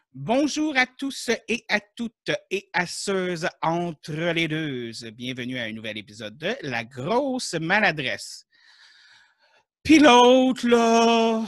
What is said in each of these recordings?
Bonjour à tous et à toutes et à ceux entre les deux. Bienvenue à un nouvel épisode de La Grosse Maladresse. Puis l'autre, là...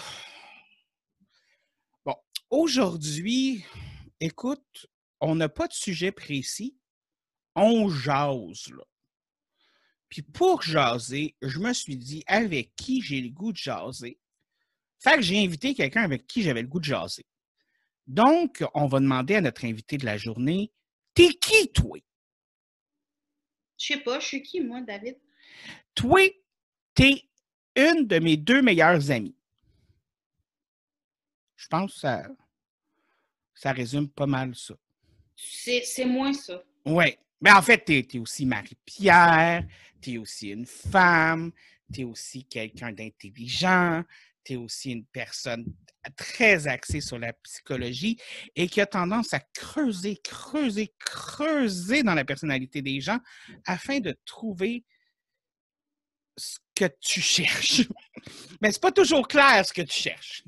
Bon, aujourd'hui, écoute, on n'a pas de sujet précis. On jase, là. Puis pour jaser, je me suis dit avec qui j'ai le goût de jaser. Fait que j'ai invité quelqu'un avec qui j'avais le goût de jaser. Donc, on va demander à notre invité de la journée, t'es qui, toi? Je sais pas, je suis qui, moi, David? Toi, t'es une de mes deux meilleures amies. Je pense que ça résume pas mal ça. C'est moi, ça. Oui. Mais en fait, t'es aussi Marie-Pierre, t'es aussi une femme, t'es aussi quelqu'un d'intelligent, t'es aussi une personne très axée sur la psychologie et qui a tendance à creuser dans la personnalité des gens afin de trouver ce que tu cherches. Mais c'est pas toujours clair ce que tu cherches.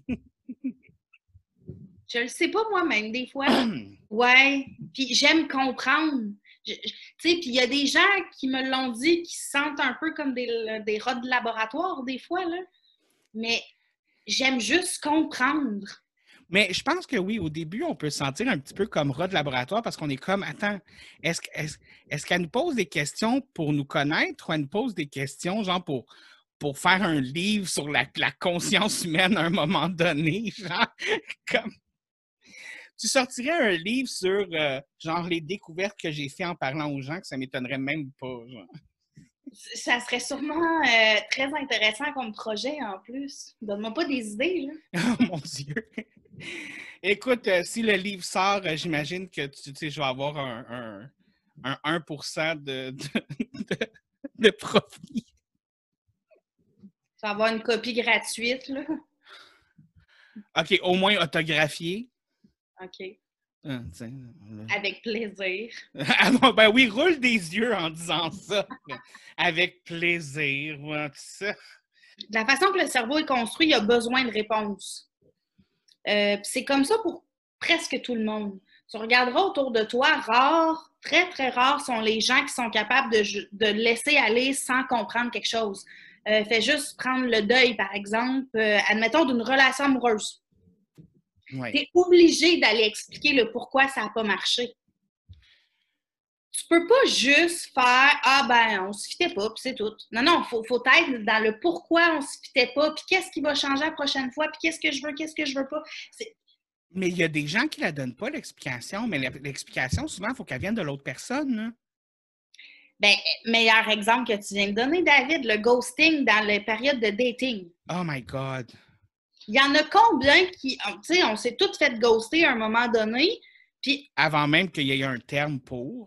Je le sais pas moi-même, des fois. Ouais, puis j'aime comprendre. Tu sais, puis il y a des gens qui me l'ont dit, qui se sentent un peu comme des rats de laboratoire, des fois, là. Mais j'aime juste comprendre. Mais je pense que oui, au début, on peut se sentir un petit peu comme rat de laboratoire parce qu'on est comme, attends, est-ce qu'elle nous pose des questions pour nous connaître ou elle nous pose des questions, genre, pour faire un livre sur la conscience humaine à un moment donné, genre, comme... Tu sortirais un livre sur, genre, les découvertes que j'ai fait en parlant aux gens, que ça m'étonnerait même pas, genre. Ça serait sûrement très intéressant comme projet, en plus. Donne-moi pas des idées, là. Oh mon Dieu! Écoute, si le livre sort, j'imagine que tu sais, je vais avoir un 1% de profit. Ça va avoir une copie gratuite, là. OK, au moins autographié. OK. Ah, Avec plaisir. ah non, ben oui, roule des yeux en disant ça. Avec plaisir. Ouais, ça. De la façon que le cerveau est construit, il a besoin de réponses. C'est comme ça pour presque tout le monde. Tu regarderas autour de toi, rares, très, très rares sont les gens qui sont capables de laisser aller sans comprendre quelque chose. Fais juste prendre le deuil, par exemple, admettons, d'une relation amoureuse. Ouais. Tu es obligé d'aller expliquer le pourquoi ça n'a pas marché. Tu peux pas juste faire « Ah ben, on se fitait pas, puis c'est tout ». Non, faut être dans le pourquoi on se fitait pas, puis qu'est-ce qui va changer la prochaine fois, puis qu'est-ce que je veux pas. Mais il y a des gens qui ne la donnent pas, l'explication, mais l'explication, souvent, il faut qu'elle vienne de l'autre personne. Là. Ben, meilleur exemple que tu viens de donner, David, le ghosting dans les périodes de dating. Oh my God! Il y en a combien qui, tu sais, on s'est toutes fait ghoster à un moment donné, puis Avant même qu'il y ait un terme pour.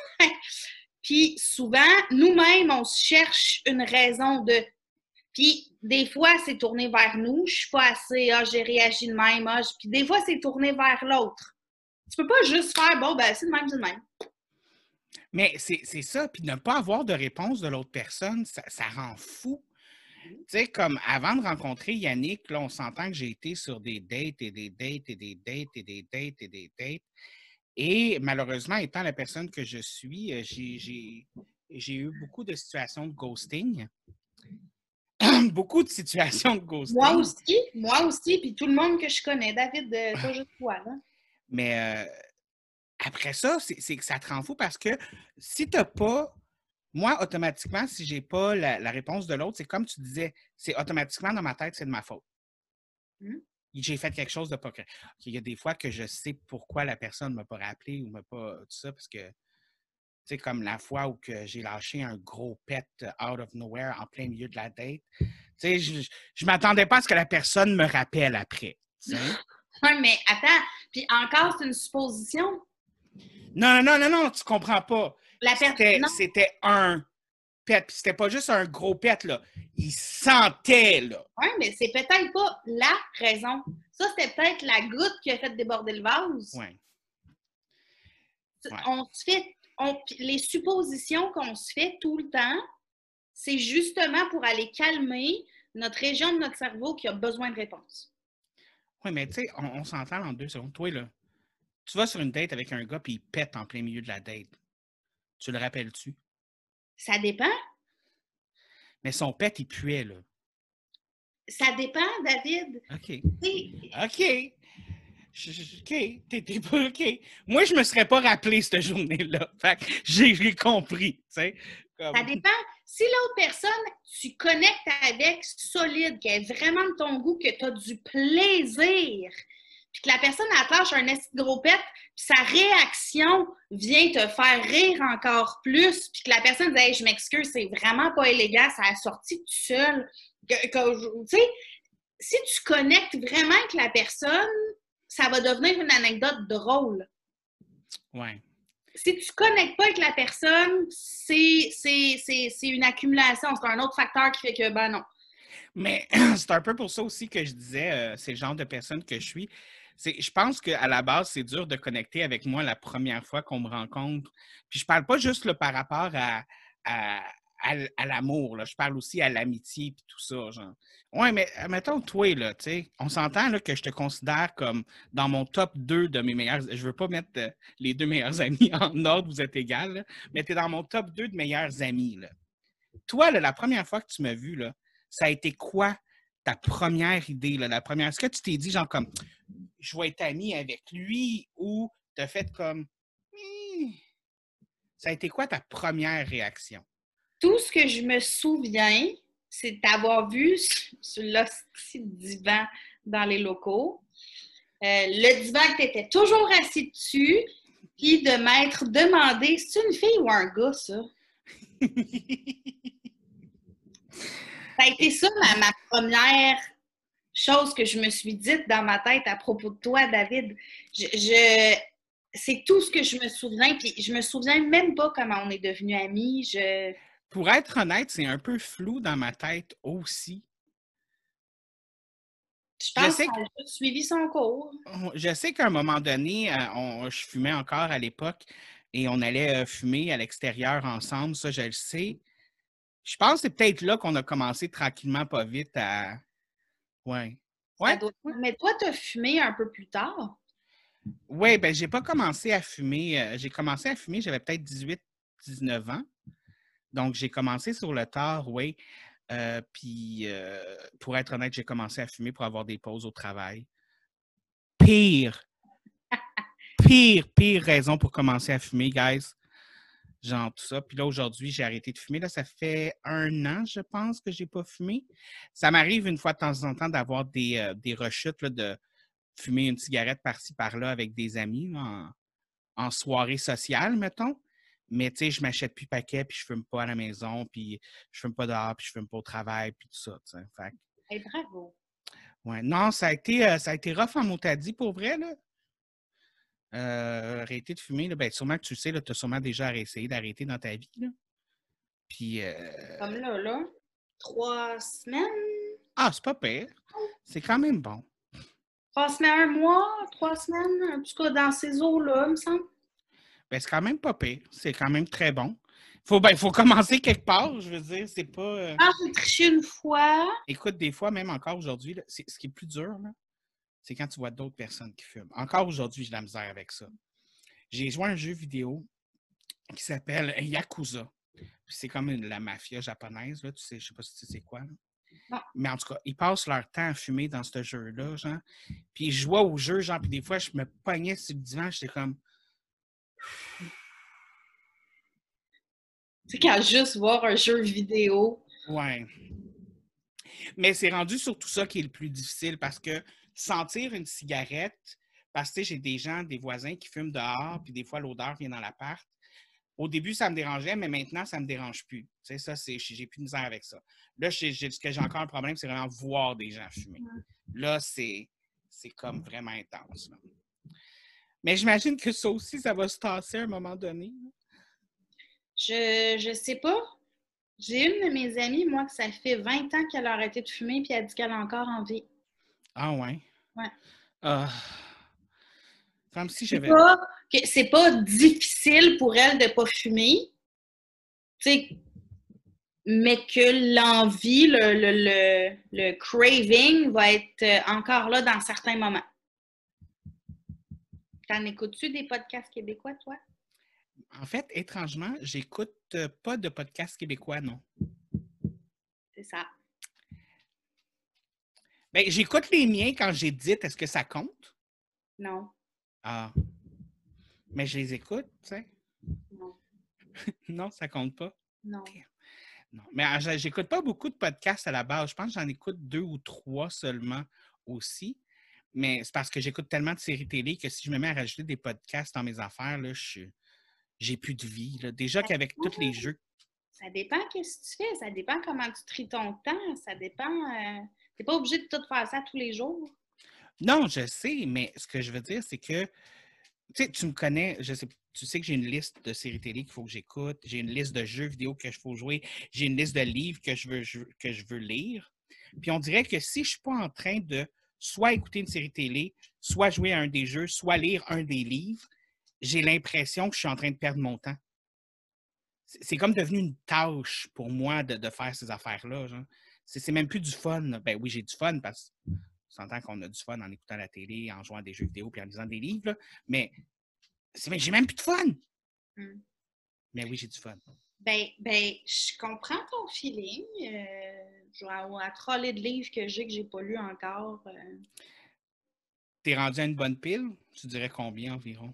puis souvent, nous-mêmes, on se cherche une raison de... Puis des fois, c'est tourné vers nous. Je suis pas assez, j'ai réagi de même. Puis des fois, c'est tourné vers l'autre. Tu peux pas juste faire, bon, ben, c'est de même, c'est de même. Mais c'est ça, puis ne pas avoir de réponse de l'autre personne, ça rend fou. Tu sais, comme avant de rencontrer Yannick, là, on s'entend que j'ai été sur des dates et des dates et des dates et des dates et des dates. Et malheureusement, étant la personne que je suis, j'ai eu beaucoup de situations de ghosting. beaucoup de situations de ghosting. Moi aussi, puis tout le monde que je connais, David, pas juste toi, là. Mais après ça, c'est que ça te rend fou parce que si tu n'as pas, moi, automatiquement, si j'ai pas la réponse de l'autre, c'est comme tu disais, c'est automatiquement dans ma tête, c'est de ma faute. J'ai fait quelque chose de pas correct. Il y a des fois que je sais pourquoi la personne ne m'a pas rappelé ou m'a pas tout ça, parce que, tu sais, comme la fois où que j'ai lâché un gros pet out of nowhere en plein milieu de la date, tu sais, je m'attendais pas à ce que la personne me rappelle après. Oui, mais attends, puis encore, c'est une supposition. Non, tu comprends pas. Non. C'était un pet, puis c'était pas juste un gros pet, là. Il sentait, là. Oui, mais c'est peut-être pas la raison. Ça, c'était peut-être la goutte qui a fait déborder le vase. Ouais. On se fait, les suppositions qu'on se fait tout le temps, c'est justement pour aller calmer notre région de notre cerveau qui a besoin de réponse. Oui, mais tu sais, on s'entend en 2 secondes. Toi, là, Tu vas sur une date avec un gars puis il pète en plein milieu de la date. Tu le rappelles-tu? Ça dépend. Mais son pet, il puait, là. Ça dépend, David. OK. T'sais, OK. OK. T'étais pas OK. Moi, je me serais pas rappelé cette journée-là. Fait que j'ai compris, tu sais. ça Comme... dépend. Si l'autre personne, tu connectes avec solide, qui est vraiment de ton goût, que tu as du plaisir, puis que la personne attache un esti de gros pet, puis sa réaction vient te faire rire encore plus, puis que la personne dit hey, je m'excuse, c'est vraiment pas élégant, ça a sorti tout seul. Tu sais, si tu connectes vraiment avec la personne, ça va devenir une anecdote drôle. Ouais. Si tu ne connectes pas avec la personne, c'est une accumulation. C'est un autre facteur qui fait que, ben non. Mais c'est un peu pour ça aussi que je disais, c'est le genre de personne que je suis. Je pense qu'à la base, c'est dur de connecter avec moi la première fois qu'on me rencontre. Puis je parle pas juste là, par rapport à l'amour, là. Je parle aussi à l'amitié et tout ça. Genre. Ouais, mais mettons, toi, là, tu sais, on s'entend là, que je te considère comme dans mon top 2 de mes meilleurs. Je veux pas mettre les 2 meilleurs amis en ordre, vous êtes égal, là, mais tu es dans mon top 2 de meilleurs amis. Là. Toi, là, la première fois que tu m'as vu, là, ça a été quoi ta première idée? Là, la première... Est-ce que tu t'es dit, genre, comme, je vais être ami avec lui ou t'as fait comme, ça a été quoi ta première réaction? Tout ce que je me souviens, c'est d'avoir vu sur l'hostie de divan dans les locaux, le divan que tu étais toujours assis dessus, puis de m'être demandé, c'est une fille ou un gars, ça? Ça a été ça ma première chose que je me suis dite dans ma tête à propos de toi, David. C'est tout ce que je me souviens, puis je me souviens même pas comment on est devenus amis. Pour être honnête, c'est un peu flou dans ma tête aussi. Je pense qu'on a juste suivi son cours. Je sais qu'à un moment donné, je fumais encore à l'époque et on allait fumer à l'extérieur ensemble, ça je le sais. Je pense que c'est peut-être là qu'on a commencé tranquillement, pas vite à... Ouais. Ouais. Mais toi, tu as fumé un peu plus tard. Oui, ben j'ai pas commencé à fumer. J'ai commencé à fumer, j'avais peut-être 18, 19 ans. Donc, j'ai commencé sur le tard, oui. Puis, pour être honnête, j'ai commencé à fumer pour avoir des pauses au travail. Pire raison pour commencer à fumer, guys. Genre tout ça. Puis là, aujourd'hui, j'ai arrêté de fumer. Là, ça fait 1 an, je pense, que j'ai pas fumé. Ça m'arrive une fois de temps en temps d'avoir des rechutes là, de fumer une cigarette par-ci, par-là avec des amis là, en soirée sociale, mettons. Mais tu sais, je m'achète plus paquet, puis je fume pas à la maison, puis je fume pas dehors, puis je fume pas au travail, puis tout ça. Fait. Hey, bravo. Ouais. Non, ça a été rough en motadis pour vrai, là. Arrêter de fumer, là, ben, sûrement que tu le sais, tu as sûrement déjà essayé d'arrêter dans ta vie. Là. Puis. Comme là, 3 semaines. Ah, c'est pas pire. C'est quand même bon. 3 semaines, 1 mois, 3 semaines, en tout cas dans ces eaux-là, il me semble. Ben, c'est quand même pas pire. C'est quand même très bon. Faut commencer quelque part, je veux dire. C'est pas. Ah, j'ai triché une fois. Écoute, des fois, même encore aujourd'hui, ce qui est plus dur, là, c'est quand tu vois d'autres personnes qui fument. Encore aujourd'hui, j'ai de la misère avec ça. J'ai joué à un jeu vidéo qui s'appelle Yakuza. C'est comme la mafia japonaise, là, tu sais, je sais pas si tu sais quoi. Là. Non. Mais en tout cas, ils passent leur temps à fumer dans ce jeu-là, genre. Puis je jouais au jeu, genre, puis des fois, je me pognais sur le divan, j'étais comme... C'est qu'à juste voir un jeu vidéo. Ouais. Mais c'est rendu surtout ça qui est le plus difficile, parce que sentir une cigarette, parce que j'ai des gens, des voisins qui fument dehors, puis des fois, l'odeur vient dans l'appart. Au début, ça me dérangeait, mais maintenant, ça ne me dérange plus. Tu sais, ça, j'ai plus de misère avec ça. Là, ce que j'ai encore un problème, c'est vraiment voir des gens fumer. Là, c'est comme vraiment intense. Là. Mais j'imagine que ça aussi, ça va se tasser à un moment donné. Je sais pas. J'ai une de mes amies, moi, que ça fait 20 ans qu'elle a arrêté de fumer, puis elle dit qu'elle a encore envie. Ah ouais? Ouais. Comme si j'avais... C'est pas difficile pour elle de ne pas fumer, mais que l'envie, le craving va être encore là dans certains moments. T'en écoutes-tu des podcasts québécois, toi? En fait, étrangement, j'écoute pas de podcast québécois, non. C'est ça. Ben, j'écoute les miens quand j'édite. Est-ce que ça compte? Non. Ah, mais je les écoute, tu sais. Non. Non, ça compte pas. Non. Non. Mais j'écoute pas beaucoup de podcasts à la base. Je pense que j'en écoute 2 ou 3 seulement aussi. Mais c'est parce que j'écoute tellement de séries télé que si je me mets à rajouter des podcasts dans mes affaires, là, j'ai plus de vie. Là. Déjà qu'avec tous les jeux. Ça dépend qu'est-ce que tu fais. Ça dépend comment tu tries ton temps. Ça dépend. T'es pas obligé de tout faire ça tous les jours. Non, je sais, mais ce que je veux dire, c'est que tu sais, tu me connais, tu sais que j'ai une liste de séries télé qu'il faut que j'écoute, j'ai une liste de jeux vidéo que je faut jouer, j'ai une liste de livres que je veux lire. Puis on dirait que si je ne suis pas en train de soit écouter une série télé, soit jouer à un des jeux, soit lire un des livres, j'ai l'impression que je suis en train de perdre mon temps. C'est comme devenu une tâche pour moi de faire ces affaires-là. C'est même plus du fun. Ben oui, j'ai du fun parce que on s'entend qu'on a du fun en écoutant la télé, en jouant à des jeux vidéo puis en lisant des livres, là. Mais j'ai même plus de fun. Mm. Mais oui, j'ai du fun. Ben, je comprends ton feeling. Je vais avoir à troller de livres que j'ai pas lu encore. T'es rendu à une bonne pile? Tu dirais combien environ?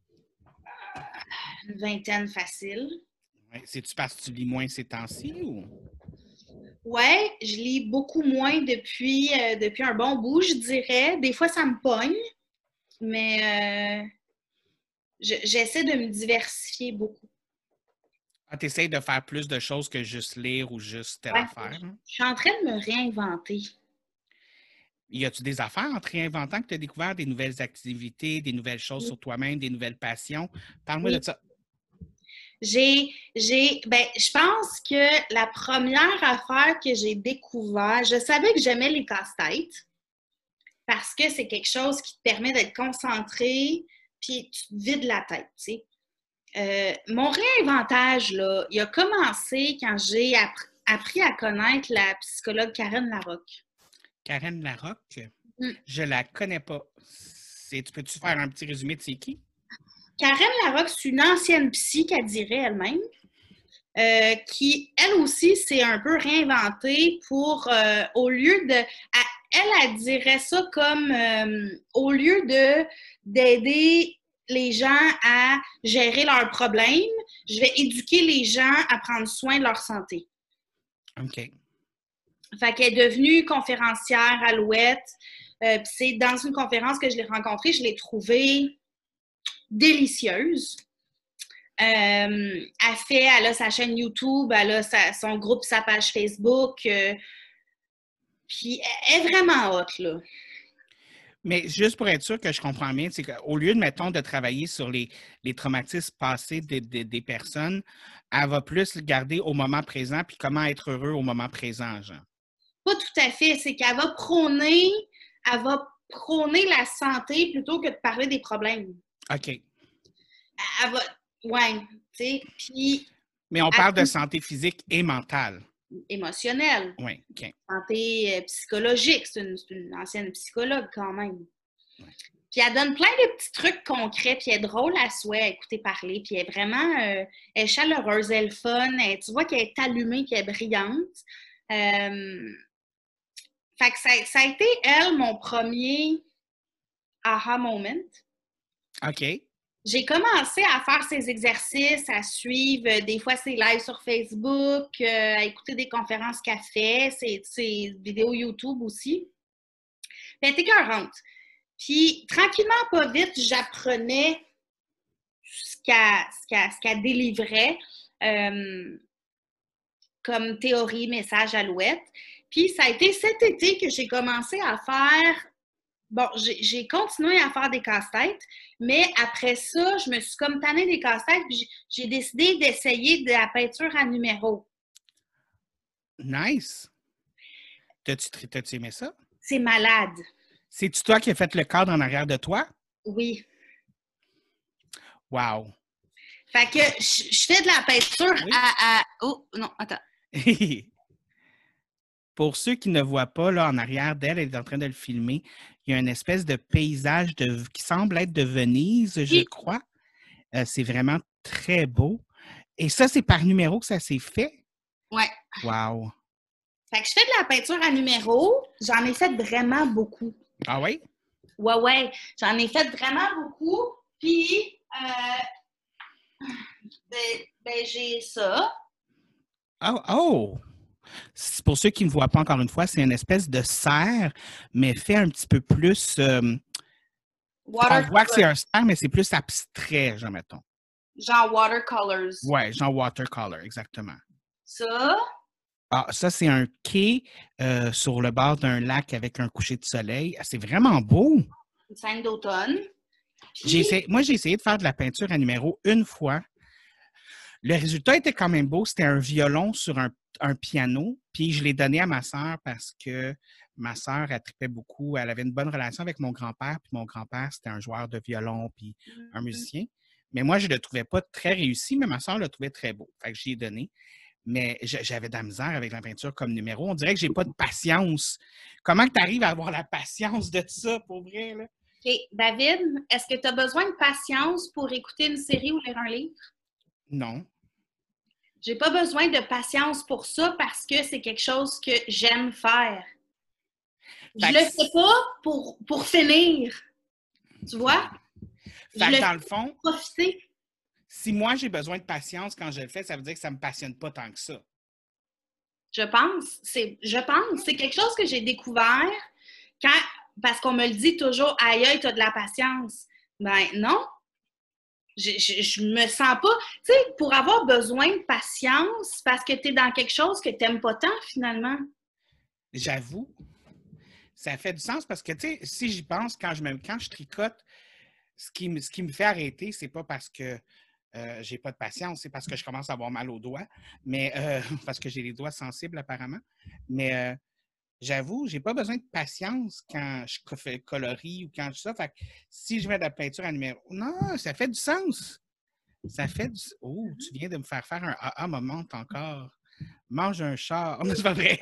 Une vingtaine facile. Ouais. C'est-tu parce que tu lis moins ces temps-ci ou? Ouais, je lis beaucoup moins depuis un bon bout, je dirais. Des fois, ça me pogne, mais j'essaie de me diversifier beaucoup. Ah, t'essayes de faire plus de choses que juste lire ou juste telle Ouais, affaire, hein? je suis en train de me réinventer. Y a-tu des affaires en te réinventant que tu as découvert des nouvelles activités, des nouvelles choses Oui. sur toi-même, des nouvelles passions? Parle-moi Oui. de ça. Je pense que la première affaire que j'ai découvert, je savais que j'aimais les casse-têtes parce que c'est quelque chose qui te permet d'être concentré puis tu te vides la tête, tu sais. Mon réinventage, là, il a commencé quand j'ai appris à connaître la psychologue Karen Larocque. Karen Larocque, Mm. je la connais pas. Peux-tu faire un petit résumé de c'est qui? Karen Larocque, c'est une ancienne psy qu'elle dirait elle-même, qui, elle aussi, s'est un peu réinventée pour, au lieu de... Elle dirait ça comme, au lieu d'aider les gens à gérer leurs problèmes, je vais éduquer les gens à prendre soin de leur santé. OK. Fait qu'elle est devenue conférencière à l'Ouette. C'est dans une conférence que je l'ai rencontrée, je l'ai trouvée délicieuse. Elle a sa chaîne YouTube, elle a son groupe, sa page Facebook. Puis elle est vraiment hot, là. Mais juste pour être sûr que je comprends bien, c'est qu'au lieu, mettons, de travailler sur les traumatismes passés des personnes, elle va plus le garder au moment présent puis comment être heureux au moment présent, genre. Pas tout à fait. C'est qu'elle va prôner la santé plutôt que de parler des problèmes. OK. Elle va, ouais, tu sais, puis... Mais on parle de santé physique et mentale. Émotionnelle. Oui, OK. Santé psychologique. C'est une ancienne psychologue quand même. Ouais. Puis elle donne plein de petits trucs concrets, puis elle est drôle à souhait à écouter parler, puis elle est vraiment elle est chaleureuse, elle est fun, tu vois qu'elle est allumée, puis elle est brillante. Fait que ça a été, elle, mon premier aha moment. OK. J'ai commencé à faire ces exercices, à suivre des fois ses lives sur Facebook, à écouter des conférences qu'elle fait, ses vidéos YouTube aussi. Puis elle était écœurante. Puis tranquillement, pas vite, j'apprenais ce qu'elle délivrait comme théorie, message alouette. Puis ça a été cet été que j'ai commencé à faire... Bon, j'ai continué à faire des casse-têtes, mais après ça, je me suis comme tannée des casse-têtes, puis j'ai décidé d'essayer de la peinture à numéros. Nice. T'as-tu aimé ça? C'est malade. C'est-tu toi qui as fait le cadre en arrière de toi? Oui. Wow. Fait que je fais de la peinture Oui. Oh, non, attends. Pour ceux qui ne voient pas, là, en arrière d'elle, elle est en train de le filmer. Il y a une espèce de paysage qui semble être de Venise, je Oui. crois. C'est vraiment très beau. Et ça, c'est par numéro que ça s'est fait? Ouais. Wow! Fait que je fais de la peinture à numéro. J'en ai fait vraiment beaucoup. Ah oui? Ouais. J'en ai fait vraiment beaucoup. Puis, j'ai ça. Oh! Pour ceux qui ne voient pas encore une fois, c'est une espèce de cerf, mais fait un petit peu plus. On voit que c'est un cerf, mais c'est plus abstrait, genre, mettons. Genre watercolors. Ouais, genre watercolor, exactement. Ça. Ah, ça, c'est un quai sur le bord d'un lac avec un coucher de soleil. Ah, c'est vraiment beau. Une scène d'automne. Moi, j'ai essayé de faire de la peinture à numéro une fois. Le résultat était quand même beau. C'était un violon sur un piano. Puis je l'ai donné à ma sœur parce que ma sœur, elle tripait beaucoup. Elle avait une bonne relation avec mon grand-père. Puis mon grand-père, c'était un joueur de violon puis un musicien. Mais moi, je ne le trouvais pas très réussi, mais ma sœur le trouvait très beau. Fait que j'y ai donné. Mais j'avais de la misère avec la peinture comme numéro. On dirait que j'ai pas de patience. Comment tu arrives à avoir la patience de ça, pour vrai, là? OK. David, est-ce que tu as besoin de patience pour écouter une série ou lire un livre? Non. J'ai pas besoin de patience pour ça parce que c'est quelque chose que j'aime faire. Je le fais pas pour finir. Tu vois? Fait Je que le dans fais le fond, pour profiter. si moi j'ai besoin de patience quand je le fais, ça veut dire que ça me passionne pas tant que ça. Je pense. C'est quelque chose que j'ai découvert parce qu'on me le dit toujours, aïe, aïe, t'as de la patience. Ben non. Je me sens pas. Tu sais, pour avoir besoin de patience, parce que tu es dans quelque chose que tu n'aimes pas tant, finalement. J'avoue, ça fait du sens parce que, tu sais, si j'y pense, quand je tricote, ce qui me fait arrêter, c'est pas parce que j'ai pas de patience, c'est parce que je commence à avoir mal aux doigts, mais parce que j'ai les doigts sensibles apparemment. Mais j'avoue, j'ai pas besoin de patience quand je fais le coloris ou quand je ça. Fait que si je mets de la peinture à numéro, non, ça fait du sens. Ça fait du. Oh, tu viens de me faire un ah moment encore. Mange un chat. Oh, mais c'est pas vrai.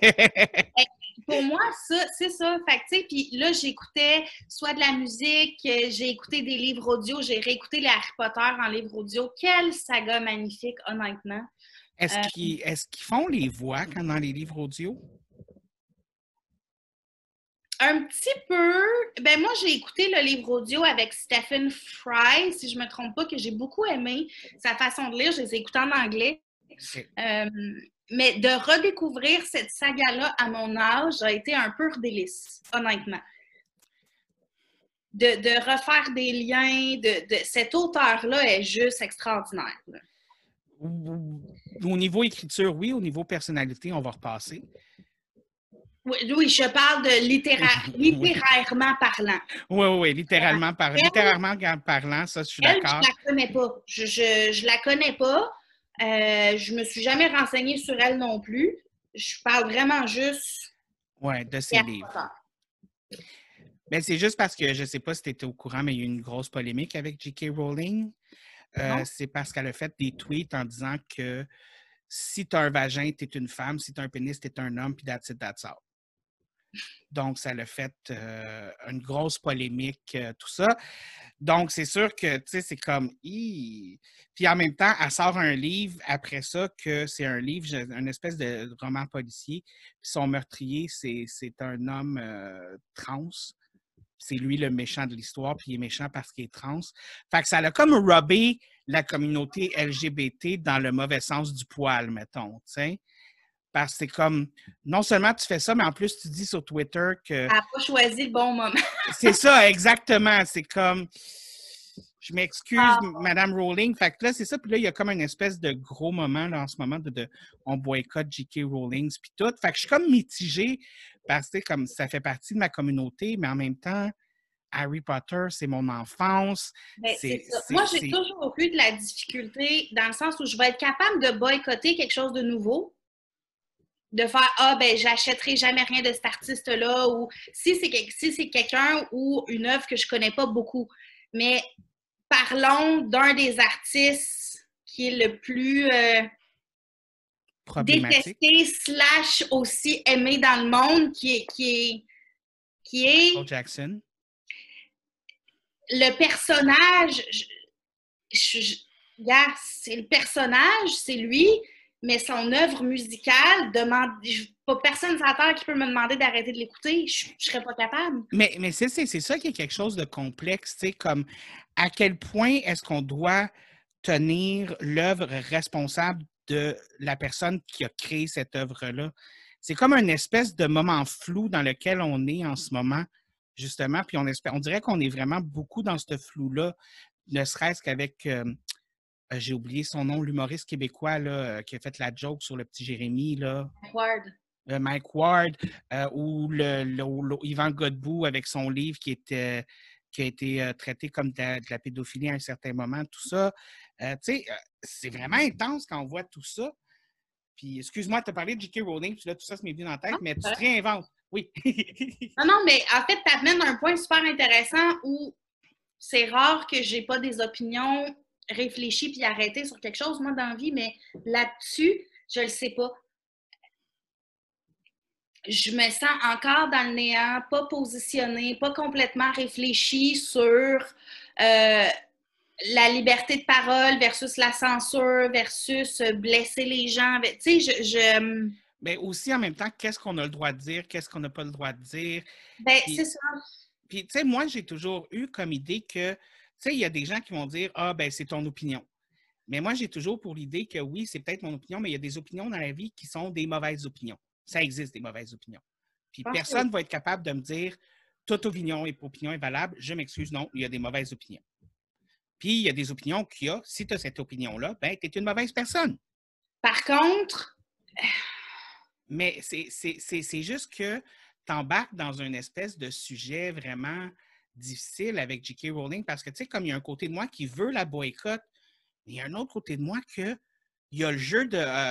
Pour moi, ça, c'est ça. Fait que, tu sais, puis là, j'écoutais soit de la musique, j'ai écouté des livres audio, j'ai réécouté les Harry Potter en livre audio. Quelle saga magnifique, honnêtement. Est-ce qu'ils font les voix quand dans les livres audio? Un petit peu. Ben moi, j'ai écouté le livre audio avec Stephen Fry, si je ne me trompe pas, que j'ai beaucoup aimé. Sa façon de lire, je les ai écoutés en anglais. Okay. Mais de redécouvrir cette saga-là à mon âge a été un pur délice, honnêtement. De refaire des liens, cet auteur-là est juste extraordinaire. Là. Au niveau écriture, oui. Au niveau personnalité, on va repasser. Oui, je parle de littérairement parlant. Oui, littéralement parlant, ça, je suis d'accord. Je la connais pas. Je la connais pas. Je me suis jamais renseignée sur elle non plus. Je parle vraiment juste de ses livres. Ben, c'est juste parce que je ne sais pas si tu étais au courant, mais il y a eu une grosse polémique avec J.K. Rowling. C'est parce qu'elle a fait des tweets en disant que si tu as un vagin, tu es une femme, si tu as un pénis, tu es un homme, puis that's it, that's all. Donc, ça l'a fait une grosse polémique, tout ça. Donc, c'est sûr que, tu sais, c'est comme... Puis en même temps, elle sort un livre après ça que c'est un livre, une espèce de roman policier. Puis son meurtrier, c'est un homme trans. C'est lui le méchant de l'histoire, puis il est méchant parce qu'il est trans. Fait que ça a comme robé la communauté LGBT dans le mauvais sens du poil, mettons, tu sais. Parce que c'est comme, non seulement tu fais ça, mais en plus tu dis sur Twitter que... Elle n'a pas choisi le bon moment. C'est ça, exactement. C'est comme, je m'excuse, Madame Rowling. Fait que là, c'est ça. Puis là, il y a comme une espèce de gros moment là, en ce moment on boycotte J.K. Rowling puis tout. Fait que je suis comme mitigée parce que comme ça fait partie de ma communauté, mais en même temps, Harry Potter, c'est mon enfance. C'est ça. Moi, j'ai toujours eu de la difficulté dans le sens où je vais être capable de boycotter quelque chose de nouveau. De faire j'achèterai jamais rien de cet artiste-là, ou si c'est quelqu'un ou une œuvre que je connais pas beaucoup. Mais parlons d'un des artistes qui est le plus problématique. détesté / aussi aimé dans le monde, qui est Michael Jackson. Le personnage. Gars, c'est le personnage, c'est lui, mais son œuvre musicale demande. Pas personne sur la terre qui peut me demander d'arrêter de l'écouter. Je serais pas capable. Mais c'est ça qui est quelque chose de complexe, tu sais, comme à quel point est-ce qu'on doit tenir l'œuvre responsable de la personne qui a créé cette œuvre-là. C'est comme une espèce de moment flou dans lequel on est en ce moment, justement, puis on dirait qu'on est vraiment beaucoup dans ce flou-là, ne serait-ce qu'avec, j'ai oublié son nom, l'humoriste québécois là, qui a fait la joke sur le petit Jérémy, là. Mike Ward, ou Yvan Godbout avec son livre qui a été traité comme de la pédophilie à un certain moment, tout ça. Tu sais, c'est vraiment intense quand on voit tout ça. Puis, excuse-moi, tu as parlé de J.K. Rowling, puis là, tout ça se m'est venu dans la tête, mais tu te réinventes. Oui. non, mais en fait, tu amènes un point super intéressant où c'est rare que j'ai pas des opinions réfléchies puis arrêtées sur quelque chose, moi, dans la vie, mais là-dessus, je le sais pas. Je me sens encore dans le néant, pas positionnée, pas complètement réfléchie sur la liberté de parole versus la censure versus blesser les gens. Tu sais, Mais aussi, en même temps, qu'est-ce qu'on a le droit de dire, qu'est-ce qu'on n'a pas le droit de dire. Ben, c'est ça. Puis, tu sais, moi, j'ai toujours eu comme idée que, tu sais, il y a des gens qui vont dire « Ah, ben c'est ton opinion ». Mais moi, j'ai toujours pour l'idée que oui, c'est peut-être mon opinion, mais il y a des opinions dans la vie qui sont des mauvaises opinions. Ça existe, des mauvaises opinions. Puis personne ne va être capable de me dire « Toute opinion est valable ». Je m'excuse, non, il y a des mauvaises opinions. Puis, il y a des opinions qu'il y a. Si tu as cette opinion-là, ben, tu es une mauvaise personne. Par contre... Mais c'est juste que tu embarques dans une espèce de sujet vraiment difficile avec J.K. Rowling parce que, tu sais, comme il y a un côté de moi qui veut la boycotte, mais il y a un autre côté de moi que il y a le jeu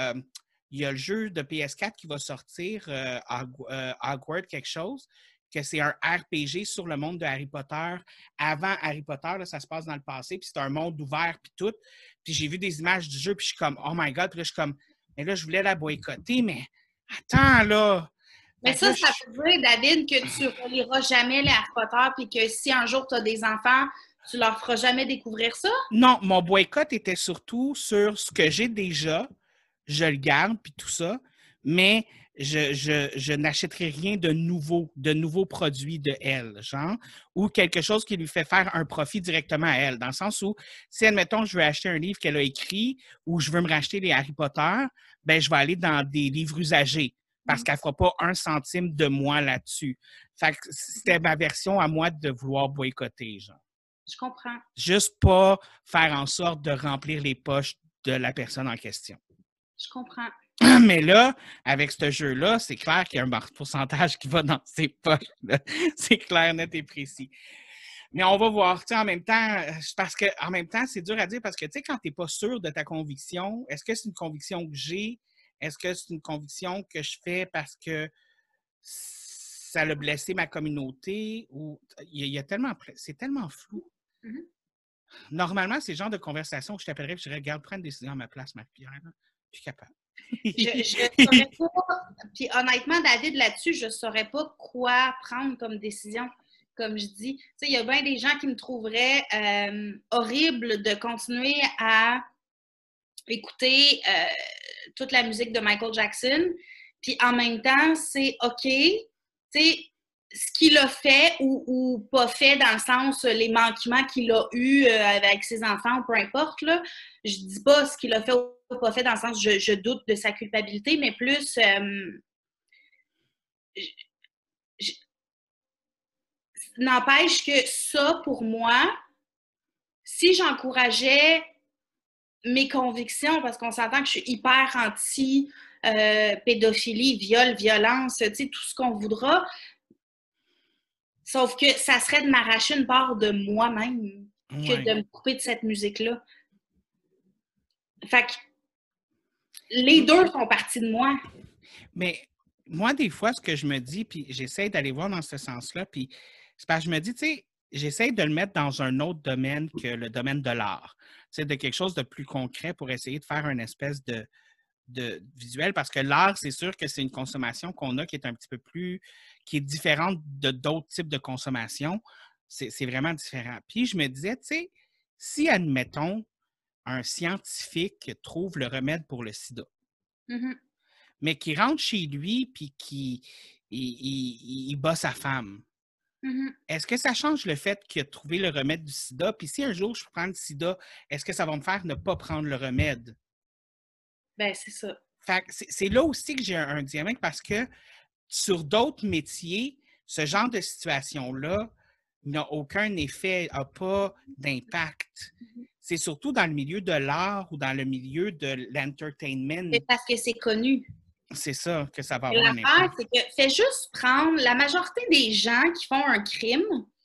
de PS4 qui va sortir, Hogwarts quelque chose, que c'est un RPG sur le monde de Harry Potter. Avant Harry Potter, là, ça se passe dans le passé, puis c'est un monde ouvert, puis tout. Puis j'ai vu des images du jeu, puis je suis comme, oh my God, puis là, je suis comme, mais là, je voulais la boycotter, mais attends, là! Mais ça veut dire, David, que tu ne reliras jamais les Harry Potter, puis que si un jour tu as des enfants, tu leur feras jamais découvrir ça? Non, mon boycott était surtout sur ce que j'ai déjà, je le garde, puis tout ça, mais je n'achèterai rien de nouveaux produits de elle, genre, ou quelque chose qui lui fait faire un profit directement à elle, dans le sens où, si, admettons, je veux acheter un livre qu'elle a écrit ou je veux me racheter les Harry Potter, ben je vais aller dans des livres usagés parce qu'elle ne fera pas 1 centime de moi là-dessus. Fait que c'était ma version à moi de vouloir boycotter, genre. Je comprends. Juste pas faire en sorte de remplir les poches de la personne en question. Je comprends. Mais là, avec ce jeu-là, c'est clair qu'il y a un pourcentage qui va dans ses poches. C'est clair, net et précis. Mais on va voir. En même temps, parce que en même temps, c'est dur à dire parce que quand tu n'es pas sûr de ta conviction, est-ce que c'est une conviction que j'ai? Est-ce que c'est une conviction que je fais parce que ça a blessé ma communauté? Ou il y a tellement, c'est tellement flou. Mm-hmm. Normalement, c'est le genre de conversation où je t'appellerais et je dirais, regarde, prends une décision à ma place, Marie-Pierre. Je suis capable. Je saurais pas. Puis honnêtement, David, là-dessus, je ne saurais pas quoi prendre comme décision. Comme je dis, il y a bien des gens qui me trouveraient horrible de continuer à écouter toute la musique de Michael Jackson. Puis en même temps, c'est OK. Tu sais, ce qu'il a fait ou pas fait, dans le sens les manquements qu'il a eus avec ses enfants, peu importe, là, je dis pas ce qu'il a fait ou pas fait, dans le sens je doute de sa culpabilité, mais plus n'empêche que ça, pour moi, si j'encourageais mes convictions, parce qu'on s'entend que je suis hyper anti pédophilie, viol, violence, tu sais, tout ce qu'on voudra. Sauf que ça serait de m'arracher une part de moi-même que de me couper de cette musique-là. Fait que les deux font partie de moi. Mais moi, des fois, ce que je me dis, puis j'essaie d'aller voir dans ce sens-là, puis c'est parce que je me dis, tu sais, j'essaie de le mettre dans un autre domaine que le domaine de l'art. Tu sais, de quelque chose de plus concret pour essayer de faire une espèce visuel, parce que l'art, c'est sûr que c'est une consommation qu'on a qui est un petit peu plus, qui est différente de d'autres types de consommation. C'est vraiment différent. Puis je me disais, tu sais, si, admettons, un scientifique trouve le remède pour le sida, Mhm. mais qui rentre chez lui puis qui il bat sa femme, Mhm. est-ce que ça change le fait qu'il a trouvé le remède du sida? Puis si un jour je prends le sida, est-ce que ça va me faire ne pas prendre le remède? Ben, c'est ça. Fait que c'est là aussi que j'ai un diamètre parce que sur d'autres métiers, ce genre de situation-là n'a aucun effet, n'a pas d'impact. C'est surtout dans le milieu de l'art ou dans le milieu de l'entertainment, C'est parce que c'est connu. c'est ça que ça va Et avoir un l'affaire, impact. c'est que fais juste prendre la majorité des gens qui font un crime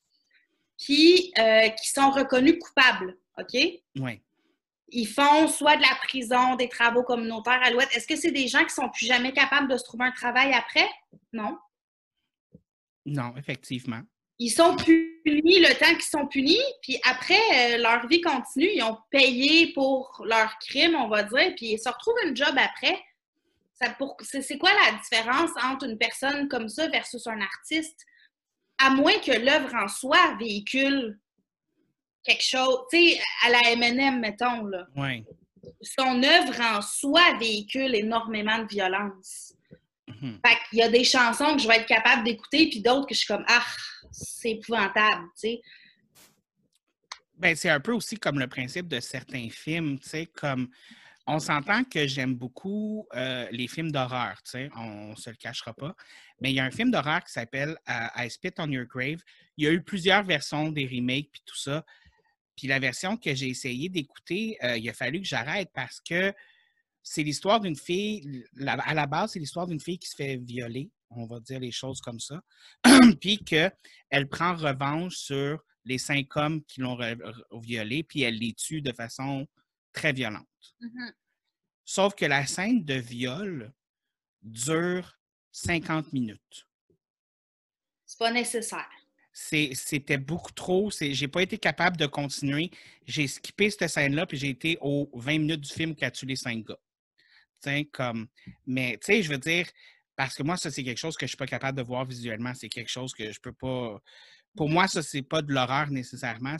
qui sont reconnus coupables, OK? Oui. Ils font soit de la prison, des travaux communautaires à l'ouest. Est-ce que c'est des gens qui sont plus jamais capables de se trouver un travail après? Non. Non, effectivement. Ils sont punis le temps qu'ils sont punis, puis après, leur vie continue. Ils ont payé pour leur crime, on va dire, puis ils se retrouvent un job après. C'est quoi la différence entre une personne comme ça versus un artiste? À moins que l'œuvre en soi véhicule quelque chose, tu sais, à la M&M, mettons, là. Oui. Son œuvre en soi véhicule énormément de violence. Mhm. Fait qu'il y a des chansons que je vais être capable d'écouter, puis d'autres que je suis comme, ah, c'est épouvantable, tu sais. Ben, c'est un peu aussi comme le principe de certains films, tu sais, comme on s'entend que j'aime beaucoup les films d'horreur, tu sais, on ne se le cachera pas. Mais il y a un film d'horreur qui s'appelle I Spit on Your Grave. Il y a eu plusieurs versions des remakes puis tout ça. Puis la version que j'ai essayé d'écouter, il a fallu que j'arrête parce que c'est l'histoire d'une fille, à la base, c'est l'histoire d'une fille qui se fait violer, on va dire les choses comme ça, puis qu'elle prend revanche sur les 5 hommes qui l'ont violée, puis elle les tue de façon très violente. Mm-hmm. Sauf que la scène de viol dure 50 minutes. C'est pas nécessaire. C'était beaucoup trop. J'ai pas été capable de continuer. J'ai skippé cette scène-là, puis j'ai été aux 20 minutes du film qui a tué les 5 gars. Mais, tu sais, je veux dire, parce que moi, ça, c'est quelque chose que je suis pas capable de voir visuellement. C'est quelque chose que je peux pas. Pour moi, ça, c'est pas de l'horreur nécessairement.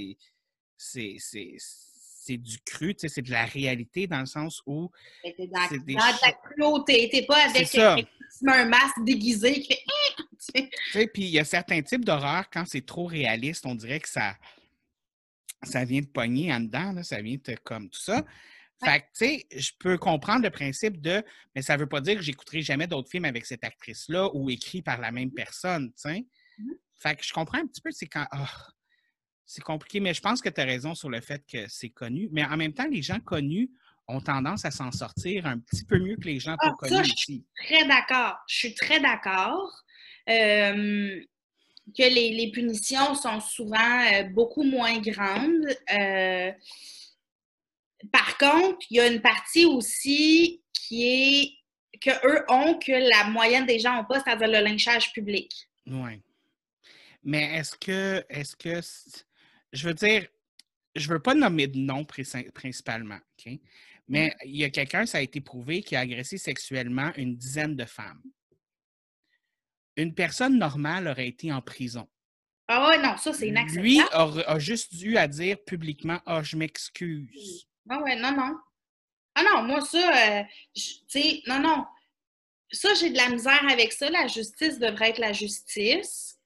C'est du cru, tu sais, c'est de la réalité dans le sens où T'es c'est des dans de la cruauté. T'es pas C'est avec ça. un masque déguisé qui fait. Tu sais, puis il y a certains types d'horreur, quand c'est trop réaliste, on dirait que ça vient de pogner en dedans, là, ça vient de comme tout ça. Fait que, tu sais, je peux comprendre le principe de, mais ça ne veut pas dire que j'écouterai jamais d'autres films avec cette actrice-là ou écrits par la même personne, tu sais. Fait que je comprends un petit peu, c'est quand, c'est compliqué, mais je pense que tu as raison sur le fait que c'est connu. Mais en même temps, les gens connus ont tendance à s'en sortir un petit peu mieux que les gens pas connus Je aussi. suis très d'accord. Je suis très d'accord. Que les punitions sont souvent beaucoup moins grandes. Par contre, il y a une partie aussi qu'eux ont que la moyenne des gens n'ont pas, c'est-à-dire le lynchage public. Oui. Mais je veux dire, je ne veux pas nommer de nom principalement, OK? Mais il y a quelqu'un, ça a été prouvé, qui a agressé sexuellement une dizaine de femmes. Une personne normale aurait été en prison. Ah ouais, non, ça, c'est inacceptable. Lui a juste dû à dire publiquement « Ah, je m'excuse ». Ah ouais, non, non. Ah non, moi, ça, tu sais, non, non. Ça, j'ai de la misère avec ça. La justice devrait être la justice.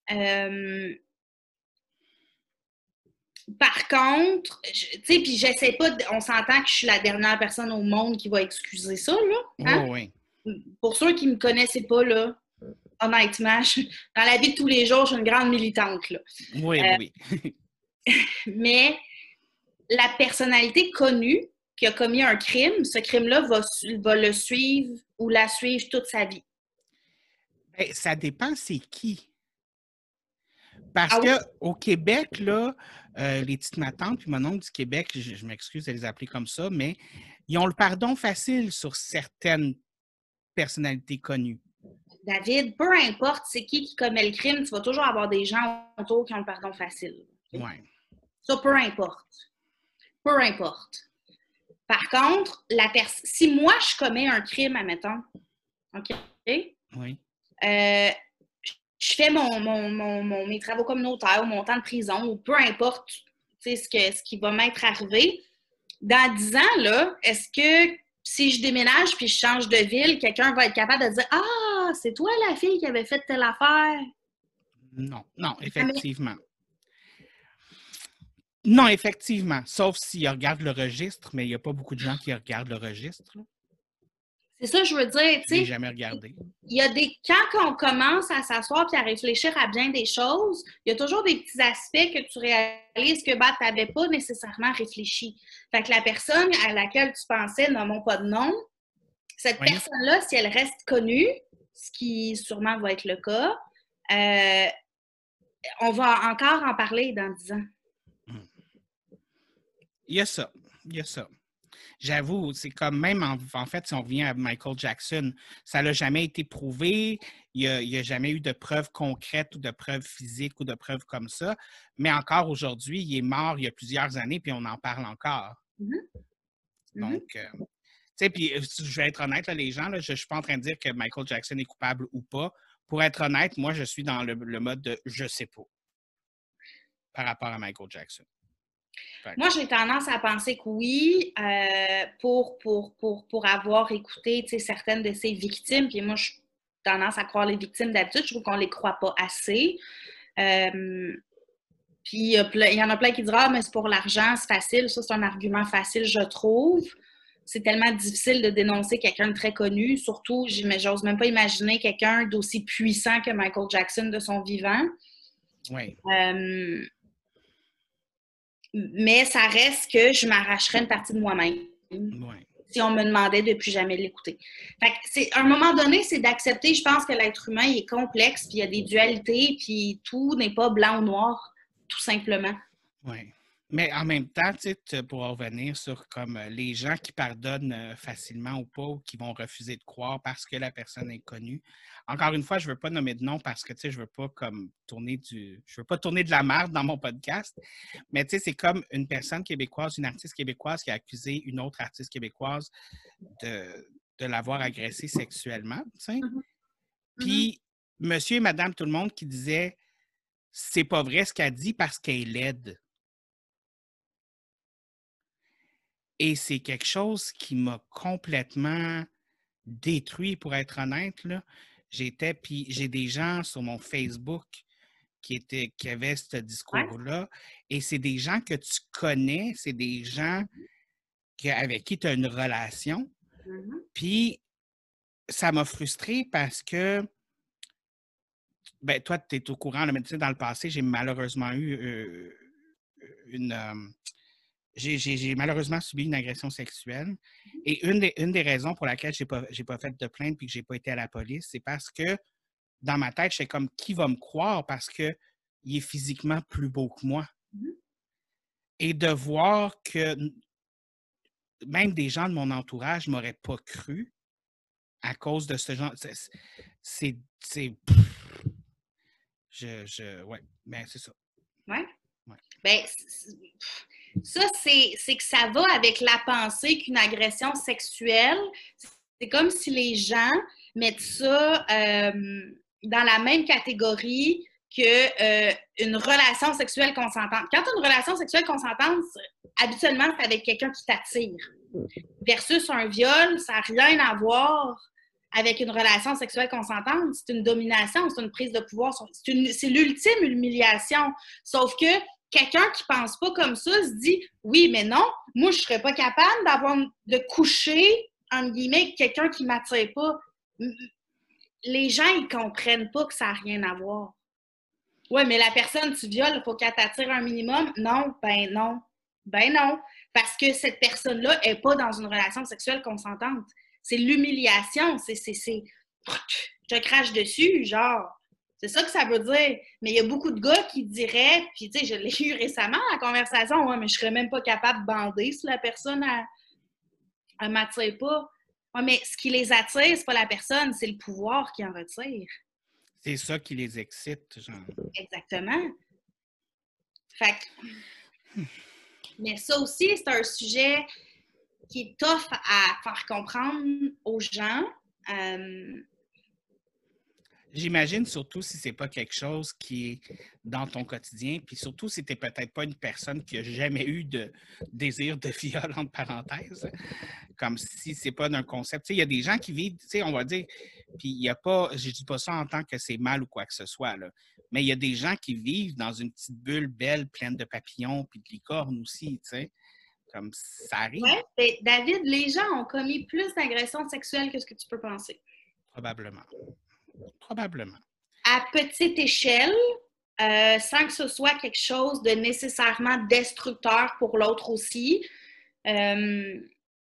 Par contre, tu sais, puis j'essaie pas, on s'entend que je suis la dernière personne au monde qui va excuser ça, là. Hein? Oh, oui. Pour ceux qui me connaissaient pas, là, honnêtement, dans la vie de tous les jours, je suis une grande militante, là. Oui, oui. Mais la personnalité connue qui a commis un crime, ce crime-là va le suivre ou la suivre toute sa vie. Ben, ça dépend c'est qui. Parce Ah oui? qu'au Québec, là, les petites matantes puis mon oncle du Québec, je m'excuse de les appeler comme ça, mais ils ont le pardon facile sur certaines personnalités connues. David, peu importe c'est qui commet le crime, tu vas toujours avoir des gens autour qui ont le pardon facile. Okay? Ouais. Ça, peu importe. Peu importe. Par contre, si moi, je commets un crime, admettons, OK? Oui. Je fais mes travaux communautaires ou mon temps de prison ou peu importe ce qui va m'être arrivé. Dans 10 ans, là, est-ce que si je déménage puis je change de ville, quelqu'un va être capable de dire « Ah, c'est toi la fille qui avait fait telle affaire? » Non, effectivement. Non, effectivement. Sauf s'ils regardent le registre, mais il n'y a pas beaucoup de gens qui regardent le registre. C'est ça, je veux dire. Je ne l'ai jamais regardé. Il y a quand on commence à s'asseoir et à réfléchir à bien des choses, il y a toujours des petits aspects que tu réalises que tu n'avais pas nécessairement réfléchi. Fait que la personne à laquelle tu pensais, nommons pas de nom, cette personne-là, si elle reste connue, ce qui sûrement va être le cas, on va encore en parler dans 10 ans. Il y a ça. J'avoue, c'est comme même, en fait, si on revient à Michael Jackson, ça n'a jamais été prouvé, il n'y a jamais eu de preuves concrètes ou de preuves physiques ou de preuves comme ça, mais encore aujourd'hui, il est mort il y a plusieurs années, puis on en parle encore. Donc, tu sais, puis je vais être honnête, là, les gens, là, je ne suis pas en train de dire que Michael Jackson est coupable ou pas. Pour être honnête, moi, je suis dans le mode de « je sais pas » par rapport à Michael Jackson. Moi, j'ai tendance à penser que oui, pour avoir écouté certaines de ses victimes, puis moi, j'ai tendance à croire les victimes d'habitude, je trouve qu'on ne les croit pas assez. Puis il y en a plein qui diront « Ah, mais c'est pour l'argent, c'est facile. » Ça, c'est un argument facile, je trouve. C'est tellement difficile de dénoncer quelqu'un de très connu, surtout, j'ose même pas imaginer quelqu'un d'aussi puissant que Michael Jackson de son vivant. Oui. Mais ça reste que je m'arracherais une partie de moi-même si on me demandait de plus jamais l'écouter. Fait que à un moment donné, c'est d'accepter, je pense que l'être humain il est complexe, puis il y a des dualités, puis tout n'est pas blanc ou noir, tout simplement. Oui. Mais en même temps, tu sais, pour revenir sur comme les gens qui pardonnent facilement ou pas, ou qui vont refuser de croire parce que la personne est connue. Encore une fois, je ne veux pas nommer de nom parce que, tu sais, je veux pas comme je veux pas tourner de la merde dans mon podcast. Mais tu sais, c'est comme une personne québécoise, une artiste québécoise qui a accusé une autre artiste québécoise de l'avoir agressée sexuellement, tu sais. Puis, monsieur et madame tout le monde qui disaient c'est pas vrai ce qu'elle dit parce qu'elle est laide. Et c'est quelque chose qui m'a complètement détruit, pour être honnête, là. Puis j'ai des gens sur mon Facebook qui avaient ce discours-là. Et c'est des gens que tu connais, c'est des gens avec qui tu as une relation. Puis ça m'a frustrée parce que, ben, toi, tu es au courant, là, mais tu sais, dans le passé, j'ai malheureusement eu j'ai malheureusement subi une agression sexuelle. Et une des raisons pour laquelle je n'ai pas fait de plainte et que je n'ai pas été à la police, c'est parce que dans ma tête, j'étais comme qui va me croire parce qu'il est physiquement plus beau que moi. Et de voir que même des gens de mon entourage ne m'auraient pas cru à cause de ce genre. C'est. Ouais, mais c'est ça. Ouais. Ben, ça, c'est que ça va avec la pensée qu'une agression sexuelle, c'est comme si les gens mettent ça dans la même catégorie qu'une relation sexuelle consentante. Quand tu as une relation sexuelle consentante, habituellement, c'est avec quelqu'un qui t'attire. Versus un viol, ça n'a rien à voir avec une relation sexuelle consentante. C'est une domination, c'est une prise de pouvoir. C'est l'ultime humiliation. Sauf que quelqu'un qui pense pas comme ça se dit « Oui, mais non, moi, je serais pas capable de coucher, entre guillemets, avec quelqu'un qui m'attire pas. » Les gens, ils comprennent pas que ça n'a rien à voir. Ouais, mais la personne, tu violes, il faut qu'elle t'attire un minimum. Non, ben non. Ben non. Parce que cette personne-là n'est pas dans une relation sexuelle consentante. C'est l'humiliation. C'est je te crache dessus, genre. C'est ça que ça veut dire. Mais il y a beaucoup de gars qui diraient, puis tu sais, je l'ai eu récemment, la conversation, ouais, mais je serais même pas capable de bander si la personne, elle m'attire pas. Ouais, mais ce qui les attire, c'est pas la personne, c'est le pouvoir qui en retire. C'est ça qui les excite, genre. Exactement. Fait que... Mais ça aussi, c'est un sujet qui est tough à faire comprendre aux gens. J'imagine surtout si c'est pas quelque chose qui est dans ton quotidien, puis surtout si tu n'es peut-être pas une personne qui a jamais eu de désir de viol, entre parenthèses, comme si c'est pas d'un concept. Tu sais, il y a des gens qui vivent, tu sais, on va dire, puis il y a pas, je dis pas ça en tant que c'est mal ou quoi que ce soit, là, mais il y a des gens qui vivent dans une petite bulle belle, pleine de papillons, puis de licornes aussi, tu sais, comme ça arrive. Ouais, ben, David, les gens ont commis plus d'agressions sexuelles que ce que tu peux penser. Probablement. Probablement. À petite échelle, sans que ce soit quelque chose de nécessairement destructeur pour l'autre aussi. Une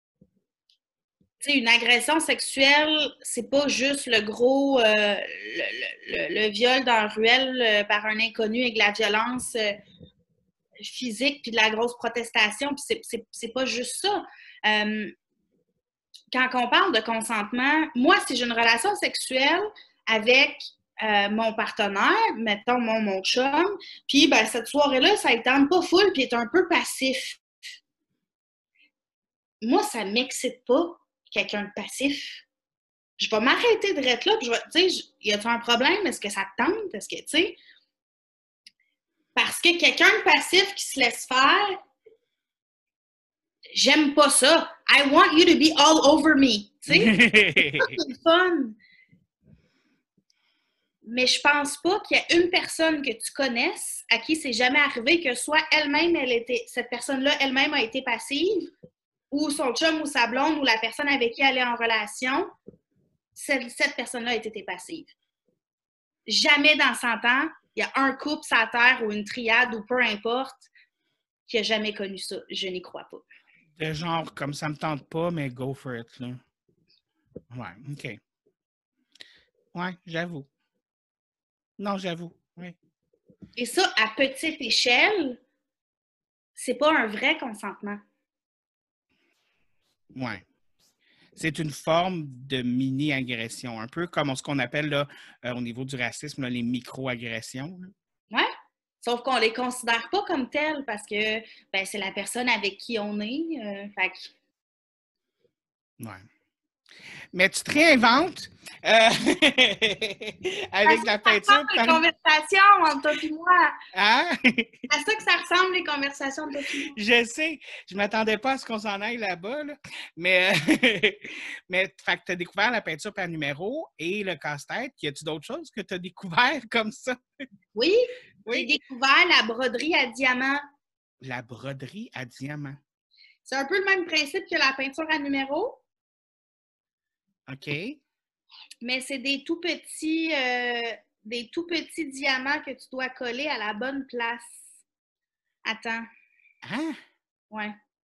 agression sexuelle, c'est pas juste le gros le viol dans la ruelle par un inconnu avec de la violence physique puis de la grosse protestation, puis c'est pas juste ça. Quand on parle de consentement, moi, si j'ai une relation sexuelle avec mon partenaire, mettons mon chum, puis ben, cette soirée-là, ça ne tente pas full, puis est un peu passif. Moi, ça ne m'excite pas, quelqu'un de passif. Je vais m'arrêter de être là, puis je vais, tu sais, y a-t-il un problème? Est-ce que ça te tente? Est-ce que, tu sais, parce que quelqu'un de passif qui se laisse faire, j'aime pas ça. I want you to be all over me. Tu sais, c'est fun. Mais je pense pas qu'il y a une personne que tu connaisses à qui c'est jamais arrivé que soit elle-même, cette personne-là elle-même a été passive, ou son chum ou sa blonde ou la personne avec qui elle est en relation, cette personne-là a été passive. Jamais dans 100 ans, il y a un couple sur la terre ou une triade ou peu importe qui a jamais connu ça. Je n'y crois pas. De genre, comme ça me tente pas, mais go for it, là. Ouais, OK. Ouais, j'avoue. Non, j'avoue, oui. Et ça, à petite échelle, c'est pas un vrai consentement. Ouais. C'est une forme de mini-agression, un peu comme ce qu'on appelle là, au niveau du racisme, là, les micro-agressions. Ouais. Sauf qu'on les considère pas comme telles parce que ben, c'est la personne avec qui on est. Fait que... Ouais. Mais tu te réinventes avec la peinture. Les conversations entre toi et moi. Hein? C'est à ça que ça ressemble, les conversations entre toi et moi. Je sais. Je ne m'attendais pas à ce qu'on s'en aille là-bas. Là. Mais, mais fait que tu as découvert la peinture par numéro et le casse-tête. Y a-tu d'autres choses que tu as découvert comme ça? Oui, j'ai découvert la broderie à diamant. La broderie à diamant. C'est un peu le même principe que la peinture à numéro. OK. Mais c'est des tout petits diamants que tu dois coller à la bonne place. Attends. Hein? Ouais.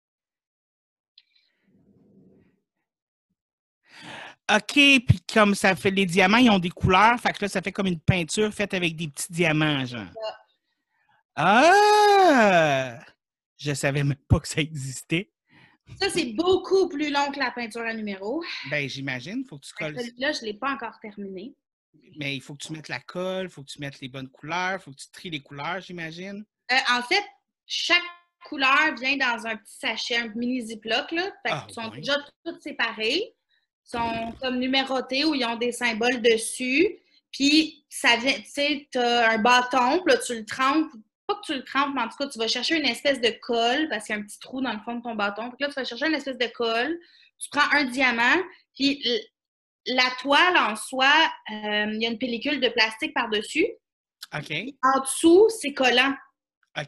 OK, puis comme ça fait, les diamants, ils ont des couleurs, fait que là, ça fait comme une peinture faite avec des petits diamants, genre. Ah! Je savais même pas que ça existait. Ça, c'est beaucoup plus long que la peinture à numéro. Ben, j'imagine, il faut que tu colles. Celui-là, je ne l'ai pas encore terminé. Mais il faut que tu mettes la colle, il faut que tu mettes les bonnes couleurs, il faut que tu tries les couleurs, j'imagine. En fait, chaque couleur vient dans un petit sachet, un mini ziploc, là. Fait qu'ils sont déjà toutes séparées. Ils sont comme numérotés où ils ont des symboles dessus. Puis, ça vient, tu sais, tu as un bâton, puis là, tu le trempes. Pas que tu le trempes, mais en tout cas, tu vas chercher une espèce de colle parce qu'il y a un petit trou dans le fond de ton bâton. Puis là, tu vas chercher une espèce de colle. Tu prends un diamant, puis la toile en soi, il y a une pellicule de plastique par-dessus. OK. En dessous, c'est collant. OK.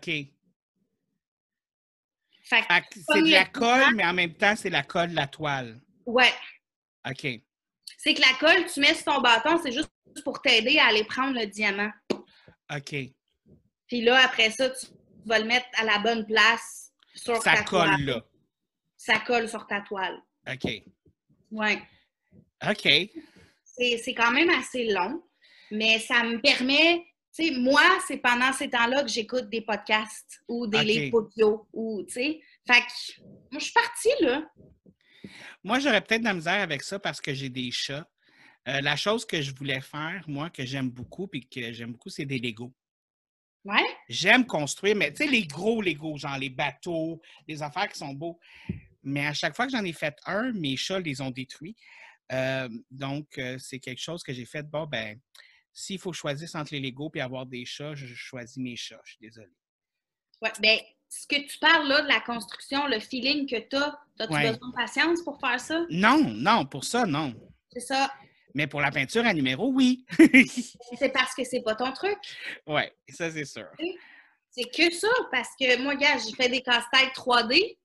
Fait que c'est de la colle, mais en même temps, c'est la colle de la toile. Ouais. OK. C'est que la colle, tu mets sur ton bâton, c'est juste pour t'aider à aller prendre le diamant. OK. Puis là, après ça, tu vas le mettre à la bonne place sur ta toile. Ça colle là. Ça colle sur ta toile. OK. Ouais. OK. C'est quand même assez long, mais ça me permet... Tu sais, moi, c'est pendant ces temps-là que j'écoute des podcasts ou des livres audio ou, tu sais... Fait que moi, je suis partie, là. Moi, j'aurais peut-être de la misère avec ça parce que j'ai des chats. La chose que je voulais faire, moi, que j'aime beaucoup, puis que j'aime beaucoup, c'est des Legos. Ouais. J'aime construire, mais tu sais, les gros Legos, genre les bateaux, les affaires qui sont beaux. Mais à chaque fois que j'en ai fait un, mes chats les ont détruits. Donc, c'est quelque chose que j'ai fait. Bon, ben, s'il faut choisir entre les Legos et avoir des chats, je choisis mes chats. Je suis désolée. Ouais, ben, ce que tu parles là de la construction, le feeling que tu as-tu Ouais. besoin de patience pour faire ça? Non, non, pour ça, non. C'est ça. Mais pour la peinture à numéro, oui. C'est parce que c'est pas ton truc. Oui, ça, c'est sûr. C'est que ça, parce que moi, gars, j'ai fait des casse-têtes 3D.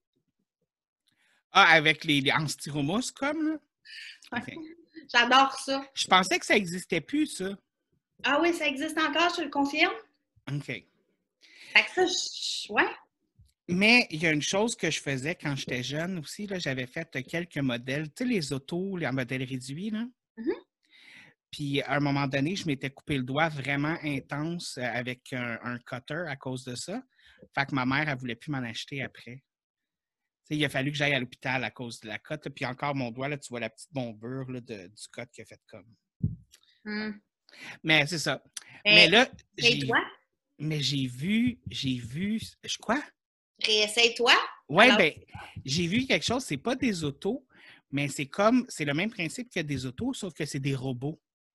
Ah, avec les en styromousse, comme, là? OK. J'adore ça. Je pensais que ça n'existait plus, ça. Ah oui, ça existe encore, je te le confirme. OK. Fait que ça, ouais. Mais il y a une chose que je faisais quand j'étais jeune aussi, là, j'avais fait quelques modèles, tu sais, les autos, les modèles réduits, là. Mm-hmm. Puis, à un moment donné, je m'étais coupé le doigt vraiment intense avec un cutter à cause de ça. Fait que ma mère, elle ne voulait plus m'en acheter après. T'sais, il a fallu que j'aille à l'hôpital à cause de la cote. Puis encore mon doigt, là, tu vois la petite bombure là, du cote qui a fait comme. Mm. Mais c'est ça. Mais Mais là, essaye-toi. j'ai vu, quoi? Réessaye-toi. Ouais, Alors, ben, j'ai vu quelque chose, c'est pas des autos, mais c'est le même principe que des autos, sauf que c'est des robots.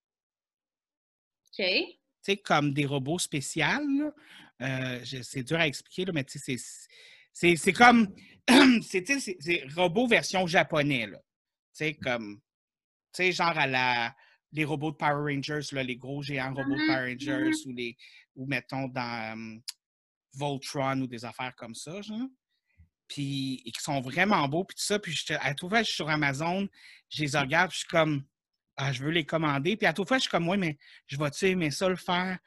OK. Tu sais, comme des robots spéciaux, là. C'est dur à expliquer, là, mais tu sais, c'est comme. C'est robot version japonais, là. Tu sais, comme. Tu sais, genre les robots de Power Rangers, là, les gros géants robots de Power Rangers, ou mettons dans Voltron ou des affaires comme ça, genre. Puis, et qui sont vraiment beaux, puis tout ça. Puis, à toute fois, je suis sur Amazon, je les regarde, puis je suis comme, ah, je veux les commander. Puis, à toute fois, je suis comme, oui, mais je vais-tu aimer ça le faire?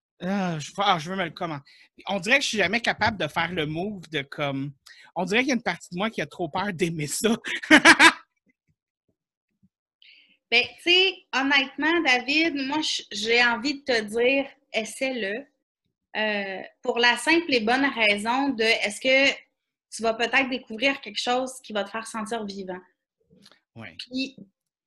Je veux me le commander. On dirait que je suis jamais capable de faire le move de comme. On dirait qu'il y a une partie de moi qui a trop peur d'aimer ça. Ben, tu sais, honnêtement, David, moi, j'ai envie de te dire, essaie-le. Pour la simple et bonne raison de est-ce que tu vas peut-être découvrir quelque chose qui va te faire sentir vivant. Ouais. Puis,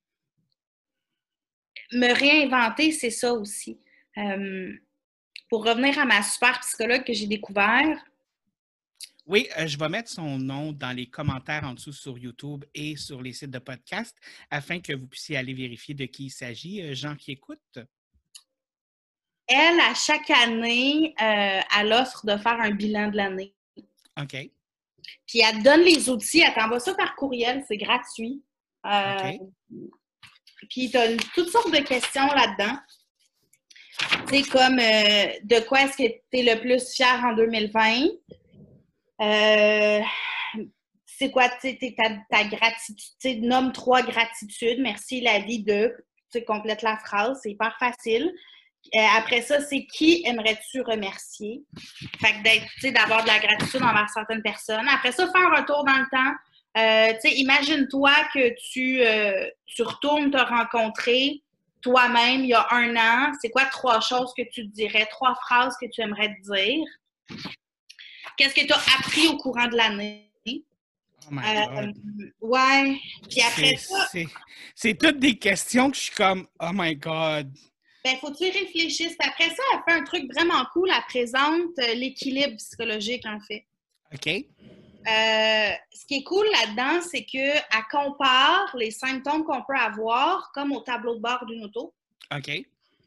me réinventer, c'est ça aussi. Pour revenir à ma super psychologue que j'ai découvert. Oui, je vais mettre son nom dans les commentaires en dessous sur YouTube et sur les sites de podcast afin que vous puissiez aller vérifier de qui il s'agit, gens qui écoutent. Elle, à chaque année, elle offre de faire un bilan de l'année. OK. Puis elle te donne les outils, elle t'envoie ça par courriel, c'est gratuit. OK. Puis tu as toutes sortes de questions là-dedans. Tu sais, comme de quoi est-ce que tu es le plus fier en 2020? C'est quoi ta gratitude? Nomme 3 gratitudes. Merci la vie de. Tu complètes la phrase, c'est hyper facile. Après ça, c'est qui aimerais-tu remercier? Fait que d'avoir de la gratitude envers certaines personnes. Après ça, faire un retour dans le temps. Imagine-toi que tu retournes te rencontrer toi-même il y a 1 an. C'est quoi 3 choses que tu te dirais, 3 phrases que tu aimerais te dire? Qu'est-ce que tu as appris au courant de l'année? Oh my God. Ouais. Puis après ça, c'est toutes des questions que je suis comme, oh my God. ben, faut que tu y réfléchisses. Puis après ça, elle fait un truc vraiment cool. Elle présente l'équilibre psychologique, en fait. OK. Ce qui est cool là-dedans, c'est qu'elle compare les symptômes qu'on peut avoir comme au tableau de bord d'une auto. OK. Fait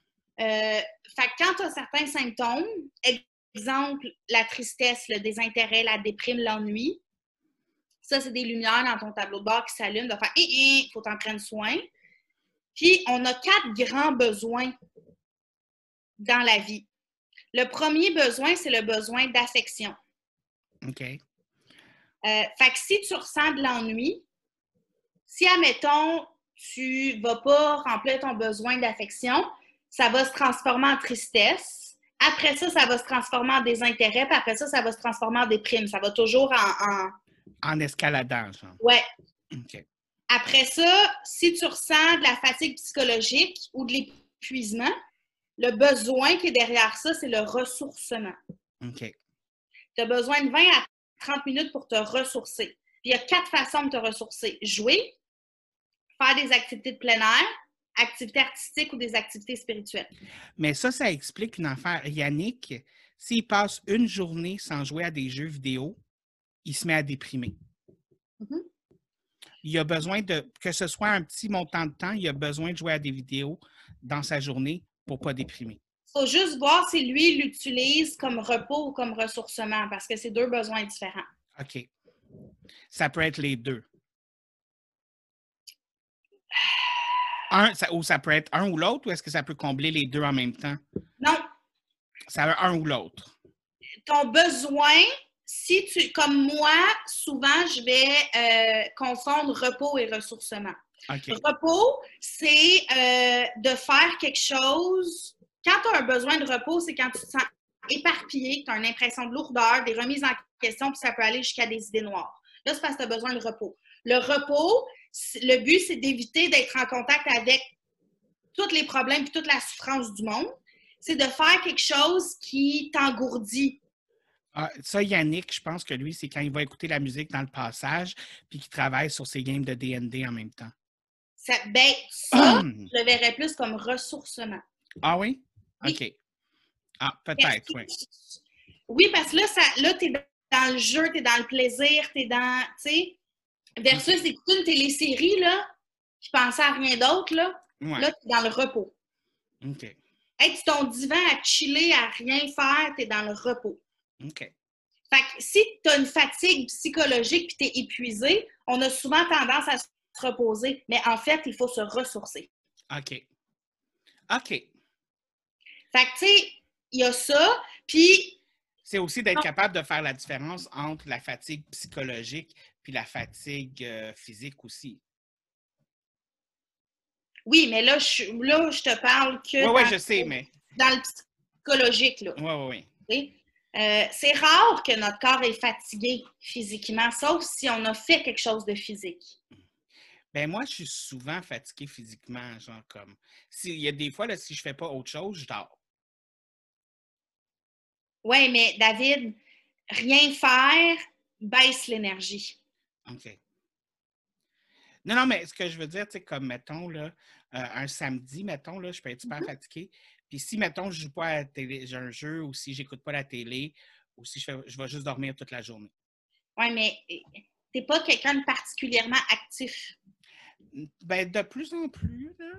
que quand tu as certains symptômes, exemple, la tristesse, le désintérêt, la déprime, l'ennui, ça, c'est des lumières dans ton tableau de bord qui s'allument, de faire il faut t'en prendre soin. Puis, on a 4 grands besoins dans la vie. Le premier besoin, c'est le besoin d'affection. OK. Fait que si tu ressens de l'ennui, si, admettons, tu ne vas pas remplir ton besoin d'affection, ça va se transformer en tristesse. Après ça, ça va se transformer en désintérêt. Puis après ça, ça va se transformer en déprime. Ça va toujours En escaladant, genre. Ouais. OK. Après ça, si tu ressens de la fatigue psychologique ou de l'épuisement, le besoin qui est derrière ça, c'est le ressourcement. OK. Tu as besoin de 20 à 30 minutes pour te ressourcer. Puis il y a 4 façons de te ressourcer. Jouer, faire des activités de plein air, activités artistiques ou des activités spirituelles. Mais ça explique une affaire. Yannick, s'il passe une journée sans jouer à des jeux vidéo, il se met à déprimer. Mm-hmm. Il a besoin que ce soit un petit montant de temps, il a besoin de jouer à des vidéos dans sa journée pour ne pas déprimer. Il faut juste voir si lui l'utilise comme repos ou comme ressourcement, parce que c'est deux besoins différents. OK. Ça peut être les deux. Ou ça peut être un ou l'autre, ou est-ce que ça peut combler les deux en même temps? Non. Ça veut un ou l'autre. Ton besoin, si tu, comme moi, souvent, je vais confondre repos et ressourcement. Okay. Repos, c'est de faire quelque chose. Quand tu as un besoin de repos, c'est quand tu te sens éparpillé, que tu as une impression de lourdeur, des remises en question, puis ça peut aller jusqu'à des idées noires. Là, c'est parce que tu as besoin de repos. Le repos, le but, c'est d'éviter d'être en contact avec tous les problèmes et toute la souffrance du monde. C'est de faire quelque chose qui t'engourdit. Ah, ça, Yannick, je pense que lui, c'est quand il va écouter la musique dans le passage puis qu'il travaille sur ses games de D&D en même temps. Ça, je le verrais plus comme ressourcement. Ah oui? Oui. OK. Ah, peut-être, oui. Oui, parce que là tu es dans le jeu, tu es dans le plaisir, tu es dans, tu sais, versus écouter une télésérie, là, puis penser à rien d'autre, là, ouais. Là, tu es dans le repos. OK. Être sur ton divan à chiller, à rien faire, tu es dans le repos. OK. Fait que si tu as une fatigue psychologique puis tu es épuisé, on a souvent tendance à se reposer, mais en fait, il faut se ressourcer. OK. OK. Fait que, tu sais, il y a ça, puis... C'est aussi d'être capable de faire la différence entre la fatigue psychologique puis la fatigue physique aussi. Oui, mais là, je te parle que oui, je sais, mais... dans le psychologique, là. Oui. C'est rare que notre corps est fatigué physiquement, sauf si on a fait quelque chose de physique. Ben moi, je suis souvent fatigué physiquement, genre comme... Il y a des fois, là, si je fais pas autre chose, je dors. Oui, mais David, rien faire baisse l'énergie. OK. Non, mais ce que je veux dire, tu sais, comme, mettons, là, un samedi, mettons, là, je peux être super fatigué. Puis si, mettons, je joue pas à la télé, j'ai un jeu, ou si j'écoute pas la télé, ou si je vais juste dormir toute la journée. Oui, mais t'es pas quelqu'un de particulièrement actif. Ben, de plus en plus, là...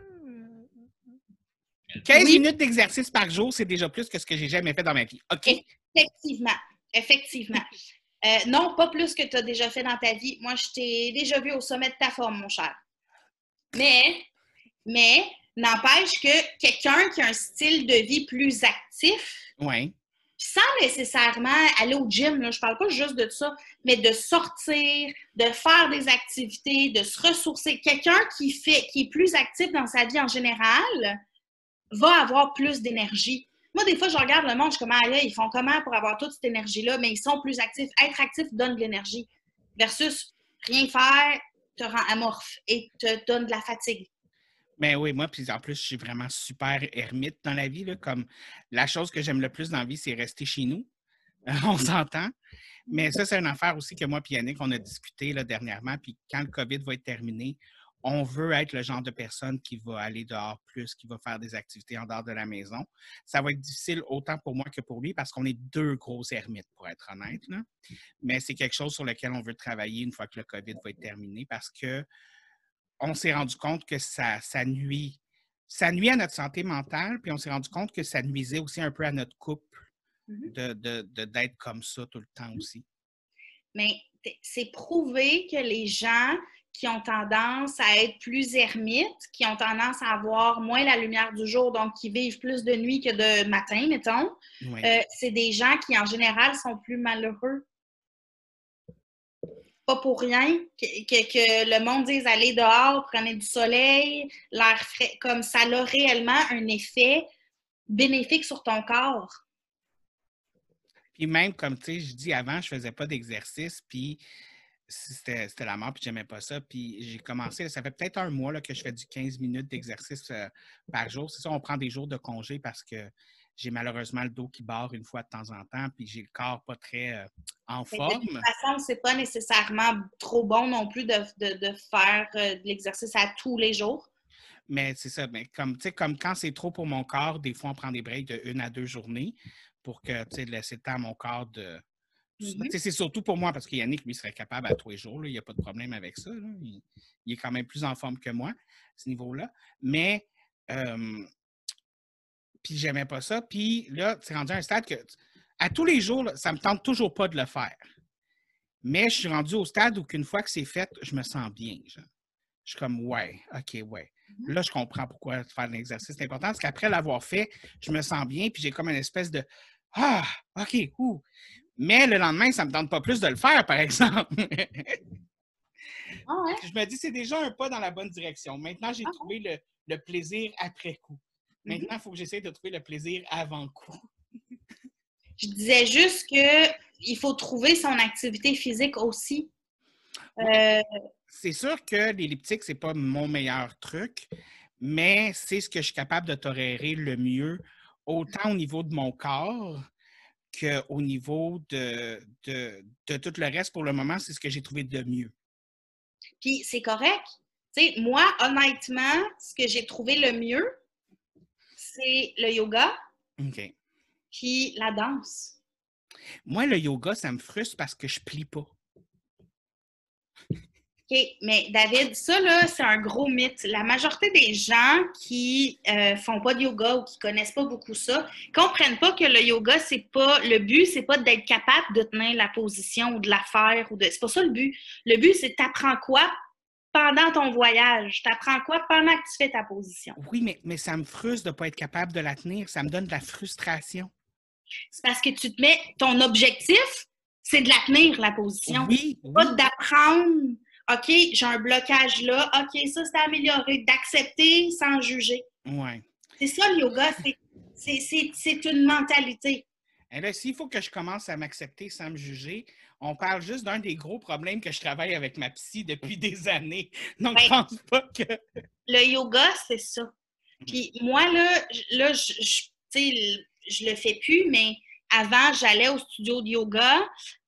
15 minutes d'exercice par jour, c'est déjà plus que ce que j'ai jamais fait dans ma vie. OK? Effectivement. Non, pas plus que tu as déjà fait dans ta vie. Moi, je t'ai déjà vu au sommet de ta forme, mon cher. Mais n'empêche que quelqu'un qui a un style de vie plus actif, sans nécessairement aller au gym, là, je parle pas juste de ça, mais de sortir, de faire des activités, de se ressourcer. Quelqu'un qui est plus actif dans sa vie en général va avoir plus d'énergie. Moi, des fois, je regarde le monde, je suis comme, là, ils font comment pour avoir toute cette énergie-là, mais ils sont plus actifs. Être actif donne de l'énergie versus rien faire te rend amorphe et te donne de la fatigue. Ben oui, moi, puis en plus, je suis vraiment super ermite dans la vie. Là, comme la chose que j'aime le plus dans la vie, c'est rester chez nous. On s'entend. Mais ça, c'est une affaire aussi que moi et Yannick, on a discuté là, dernièrement. Puis quand le COVID va être terminé, on veut être le genre de personne qui va aller dehors plus, qui va faire des activités en dehors de la maison. Ça va être difficile autant pour moi que pour lui parce qu'on est deux grosses ermites, pour être honnête. Là. Mais c'est quelque chose sur lequel on veut travailler une fois que le COVID va être terminé parce que on s'est rendu compte que ça nuit. Ça nuit à notre santé mentale, puis on s'est rendu compte que ça nuisait aussi un peu à notre couple d'être comme ça tout le temps aussi. Mais c'est prouvé que les gens qui ont tendance à être plus ermites, qui ont tendance à avoir moins la lumière du jour, donc qui vivent plus de nuit que de matin, mettons, c'est des gens qui, en général, sont plus malheureux. Pas pour rien que le monde dise allez dehors, prenez du soleil, l'air frais, comme ça a réellement un effet bénéfique sur ton corps. Puis même, comme tu sais, je dis avant, je faisais pas d'exercice, puis c'était la mort, puis j'aimais pas ça. Puis j'ai commencé, ça fait peut-être un mois là, que je fais du 15 minutes d'exercice par jour. C'est ça, on prend des jours de congé parce que j'ai malheureusement le dos qui barre une fois de temps en temps, puis j'ai le corps pas très en forme. De toute façon, c'est pas nécessairement trop bon non plus de faire de l'exercice à tous les jours. Mais c'est ça, mais comme quand c'est trop pour mon corps, des fois on prend des breaks de 1 à 2 journées pour que laisser le temps à mon corps de Mhm. C'est surtout pour moi, parce que Yannick, lui, serait capable à tous les jours. Là, il n'y a pas de problème avec ça. Là. Il est quand même plus en forme que moi, à ce niveau-là. Mais, puis j'aimais pas ça. Puis là, c'est rendu à un stade que, à tous les jours, là, ça me tente toujours pas de le faire. Mais je suis rendu au stade où qu'une fois que c'est fait, je me sens bien. Genre. Je suis comme, ouais, OK, ouais. Là, je comprends pourquoi faire l'exercice est important. Parce qu'après l'avoir fait, je me sens bien, puis j'ai comme une espèce de ah, OK, ouh. Mais le lendemain, ça ne me tente pas plus de le faire, par exemple. Ah ouais? Je me dis, c'est déjà un pas dans la bonne direction. Maintenant, j'ai Ah ouais. trouvé le plaisir après coup. Mhm. Maintenant, il faut que j'essaie de trouver le plaisir avant coup. Je disais juste que il faut trouver son activité physique aussi. Oui, Euh, c'est sûr que l'elliptique, ce n'est pas mon meilleur truc, mais c'est ce que je suis capable de tolérer le mieux, autant au niveau de mon corps qu'au niveau de tout le reste. Pour le moment, c'est ce que j'ai trouvé de mieux. Puis c'est correct. Tu sais, moi, honnêtement, ce que j'ai trouvé le mieux, c'est le yoga OK. puis la danse. Moi, le yoga, ça me frustre parce que je plie pas. OK, mais David, ça, là, c'est un gros mythe. La majorité des gens qui font pas de yoga ou qui connaissent pas beaucoup ça, comprennent pas que le yoga, c'est pas le but, c'est pas d'être capable de tenir la position ou de la faire c'est pas ça le but. Le but, c'est t'apprends quoi pendant ton voyage, t'apprends quoi pendant que tu fais ta position. Oui, mais ça me frustre de ne pas être capable de la tenir. Ça me donne de la frustration. C'est parce que tu te mets ton objectif, c'est de la tenir la position. Oui, C'est pas oui. d'apprendre. OK, j'ai un blocage là. OK, ça, c'est amélioré. D'accepter sans juger. Ouais. C'est ça, le yoga. C'est une mentalité. Et là, s'il faut que je commence à m'accepter sans me juger, on parle juste d'un des gros problèmes que je travaille avec ma psy depuis des années. Donc, je Ben, pense pas que. le yoga, c'est ça. Puis moi, je le fais plus, mais avant, j'allais au studio de yoga.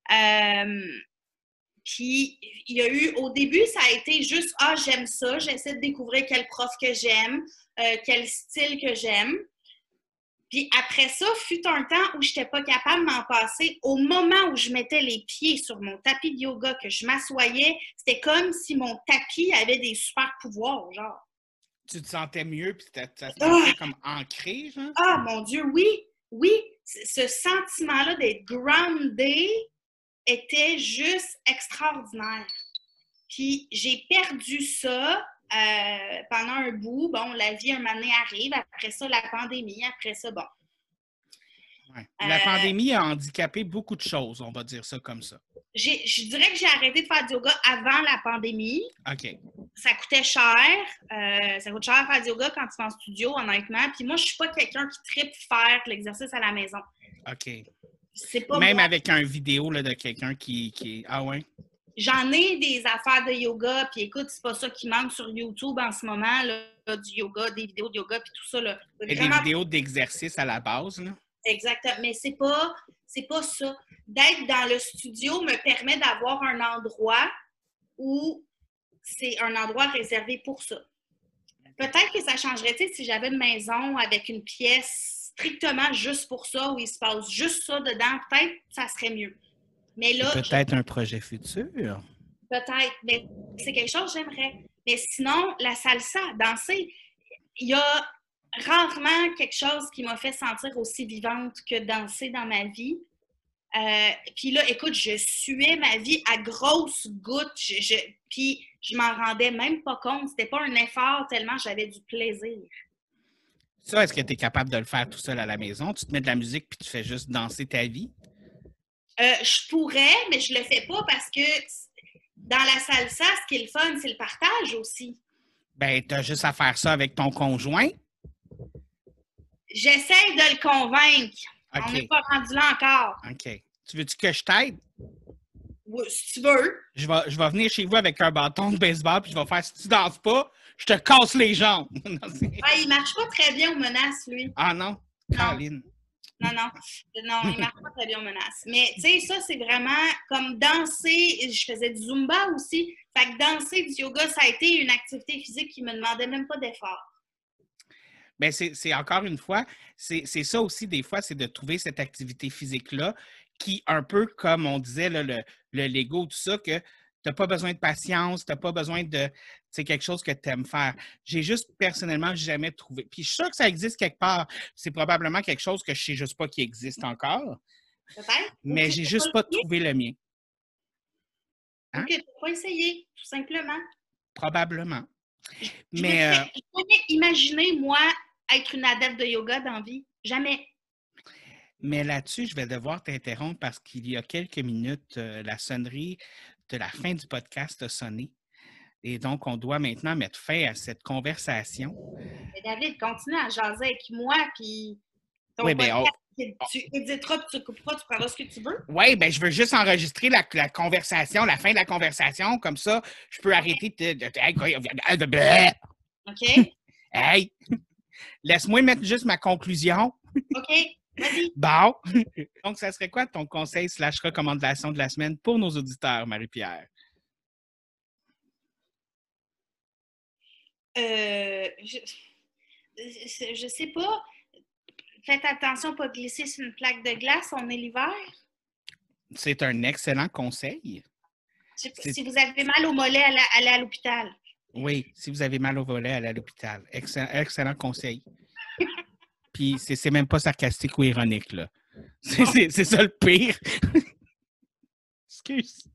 Puis, il y a eu, au début, ça a été juste, ah, j'aime ça, j'essaie de découvrir quel prof que j'aime, quel style que j'aime. Puis après ça, fut un temps où je n'étais pas capable de m'en passer. Au moment où je mettais les pieds sur mon tapis de yoga, que je m'assoyais, c'était comme si mon tapis avait des super pouvoirs, genre. Tu te sentais mieux, puis ça se Ah, sentait comme ancré, genre? ah, mon Dieu, oui, oui. Ce sentiment-là d'être grounded était juste extraordinaire. Puis j'ai perdu ça pendant un bout. Bon, la vie, un moment donné, arrive. Après ça, la pandémie. Après ça, bon. Ouais. La pandémie a handicapé beaucoup de choses, on va dire ça comme ça. Je dirais que j'ai arrêté de faire du yoga avant la pandémie. OK. Ça coûtait cher. Ça coûte cher faire du yoga quand tu vas en studio, honnêtement. Puis moi, je suis pas quelqu'un qui tripe faire l'exercice à la maison. OK. C'est pas Même moi. avec un vidéo là, de quelqu'un qui. Ah ouais? J'en ai des affaires de yoga, puis écoute, c'est pas ça qui manque sur YouTube en ce moment, là, du yoga, des vidéos de yoga, puis tout ça. Là. Et des Vraiment, vidéos d'exercice à la base, là. exactement. Mais c'est pas ça. D'être dans le studio me permet d'avoir un endroit où c'est un endroit réservé pour ça. Peut-être que ça changerait, tu sais, si j'avais une maison avec une pièce strictement juste pour ça, où il se passe juste ça dedans, peut-être que ça serait mieux. Mais là, Peut-être un projet futur. peut-être, mais c'est quelque chose que j'aimerais. Mais sinon, la salsa, danser, il y a rarement quelque chose qui m'a fait sentir aussi vivante que danser dans ma vie. Puis là, écoute, je suais ma vie à grosses gouttes. Puis je m'en rendais même pas compte. C'était pas un effort tellement j'avais du plaisir. Ça, est-ce que tu es capable de le faire tout seul à la maison? Tu te mets de la musique puis tu fais juste danser ta vie? Je pourrais, mais je le fais pas parce que dans la salsa, ce qui est le fun, c'est le partage aussi. Ben, tu as juste à faire ça avec ton conjoint. J'essaie de le convaincre. OK. On n'est pas rendu là encore. OK. Tu veux-tu que je t'aide? Oui, si tu veux. Je vais venir chez vous avec un bâton de baseball puis je vais faire si tu danses pas, je te casse les jambes. Ah, il marche pas très bien aux menaces, lui. Ah non? Non. Caroline. Non, il marche pas très bien aux menaces. Mais tu sais, ça, c'est vraiment comme danser. Je faisais du Zumba aussi. Fait que danser, du yoga, ça a été une activité physique qui me demandait même pas d'effort. Bien, c'est encore une fois, c'est ça aussi, des fois, c'est de trouver cette activité physique-là qui, un peu comme on disait, là, le Lego, tout ça, que tu n'as pas besoin de patience, tu n'as pas besoin de quelque chose que tu aimes faire. J'ai juste personnellement jamais trouvé. Puis je suis sûr que ça existe quelque part. C'est probablement quelque chose que je ne sais juste pas qui existe encore. Peut-être. Mais j'ai juste pas trouvé le mien. Hein? Tu n'as pas essayé, tout simplement. Probablement. Je n'ai jamais imaginé, moi, être une adepte de yoga dans la vie. Jamais. Mais là-dessus, je vais devoir t'interrompre parce qu'il y a quelques minutes, la sonnerie de la fin du podcast a sonné. Et donc, on doit maintenant mettre fin à cette conversation. Mais David, continue à jaser avec moi, puis ton oui, podcast, tu éditeras, tu couperas, tu prendras ce que tu veux. Oui, bien, je veux juste enregistrer la conversation, la fin de la conversation, comme ça, je peux arrêter de... OK. Hey! Laisse-moi mettre juste ma conclusion. OK. Vas-y. Bon. Donc, ça serait quoi ton conseil / recommandation de la semaine pour nos auditeurs, Marie-Pierre? Je sais pas. Faites attention à ne pas glisser sur une plaque de glace, on est l'hiver. C'est un excellent conseil. Si vous avez mal au mollet, allez à l'hôpital. Oui, si vous avez mal au mollet, allez à l'hôpital. Excellent conseil. Puis c'est même pas sarcastique ou ironique, là. C'est ça le pire. Excuse.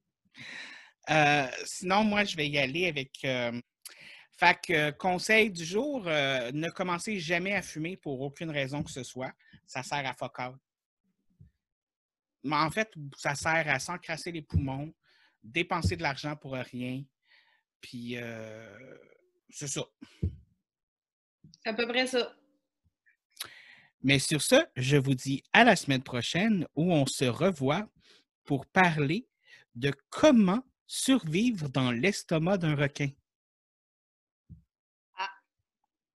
Sinon, moi, je vais y aller avec... Fait que conseil du jour, ne commencez jamais à fumer pour aucune raison que ce soit. Ça sert à fuck all. Mais en fait, ça sert à s'encrasser les poumons, dépenser de l'argent pour rien. Puis, c'est ça. C'est à peu près ça. Mais sur ce, je vous dis à la semaine prochaine où on se revoit pour parler de comment survivre dans l'estomac d'un requin.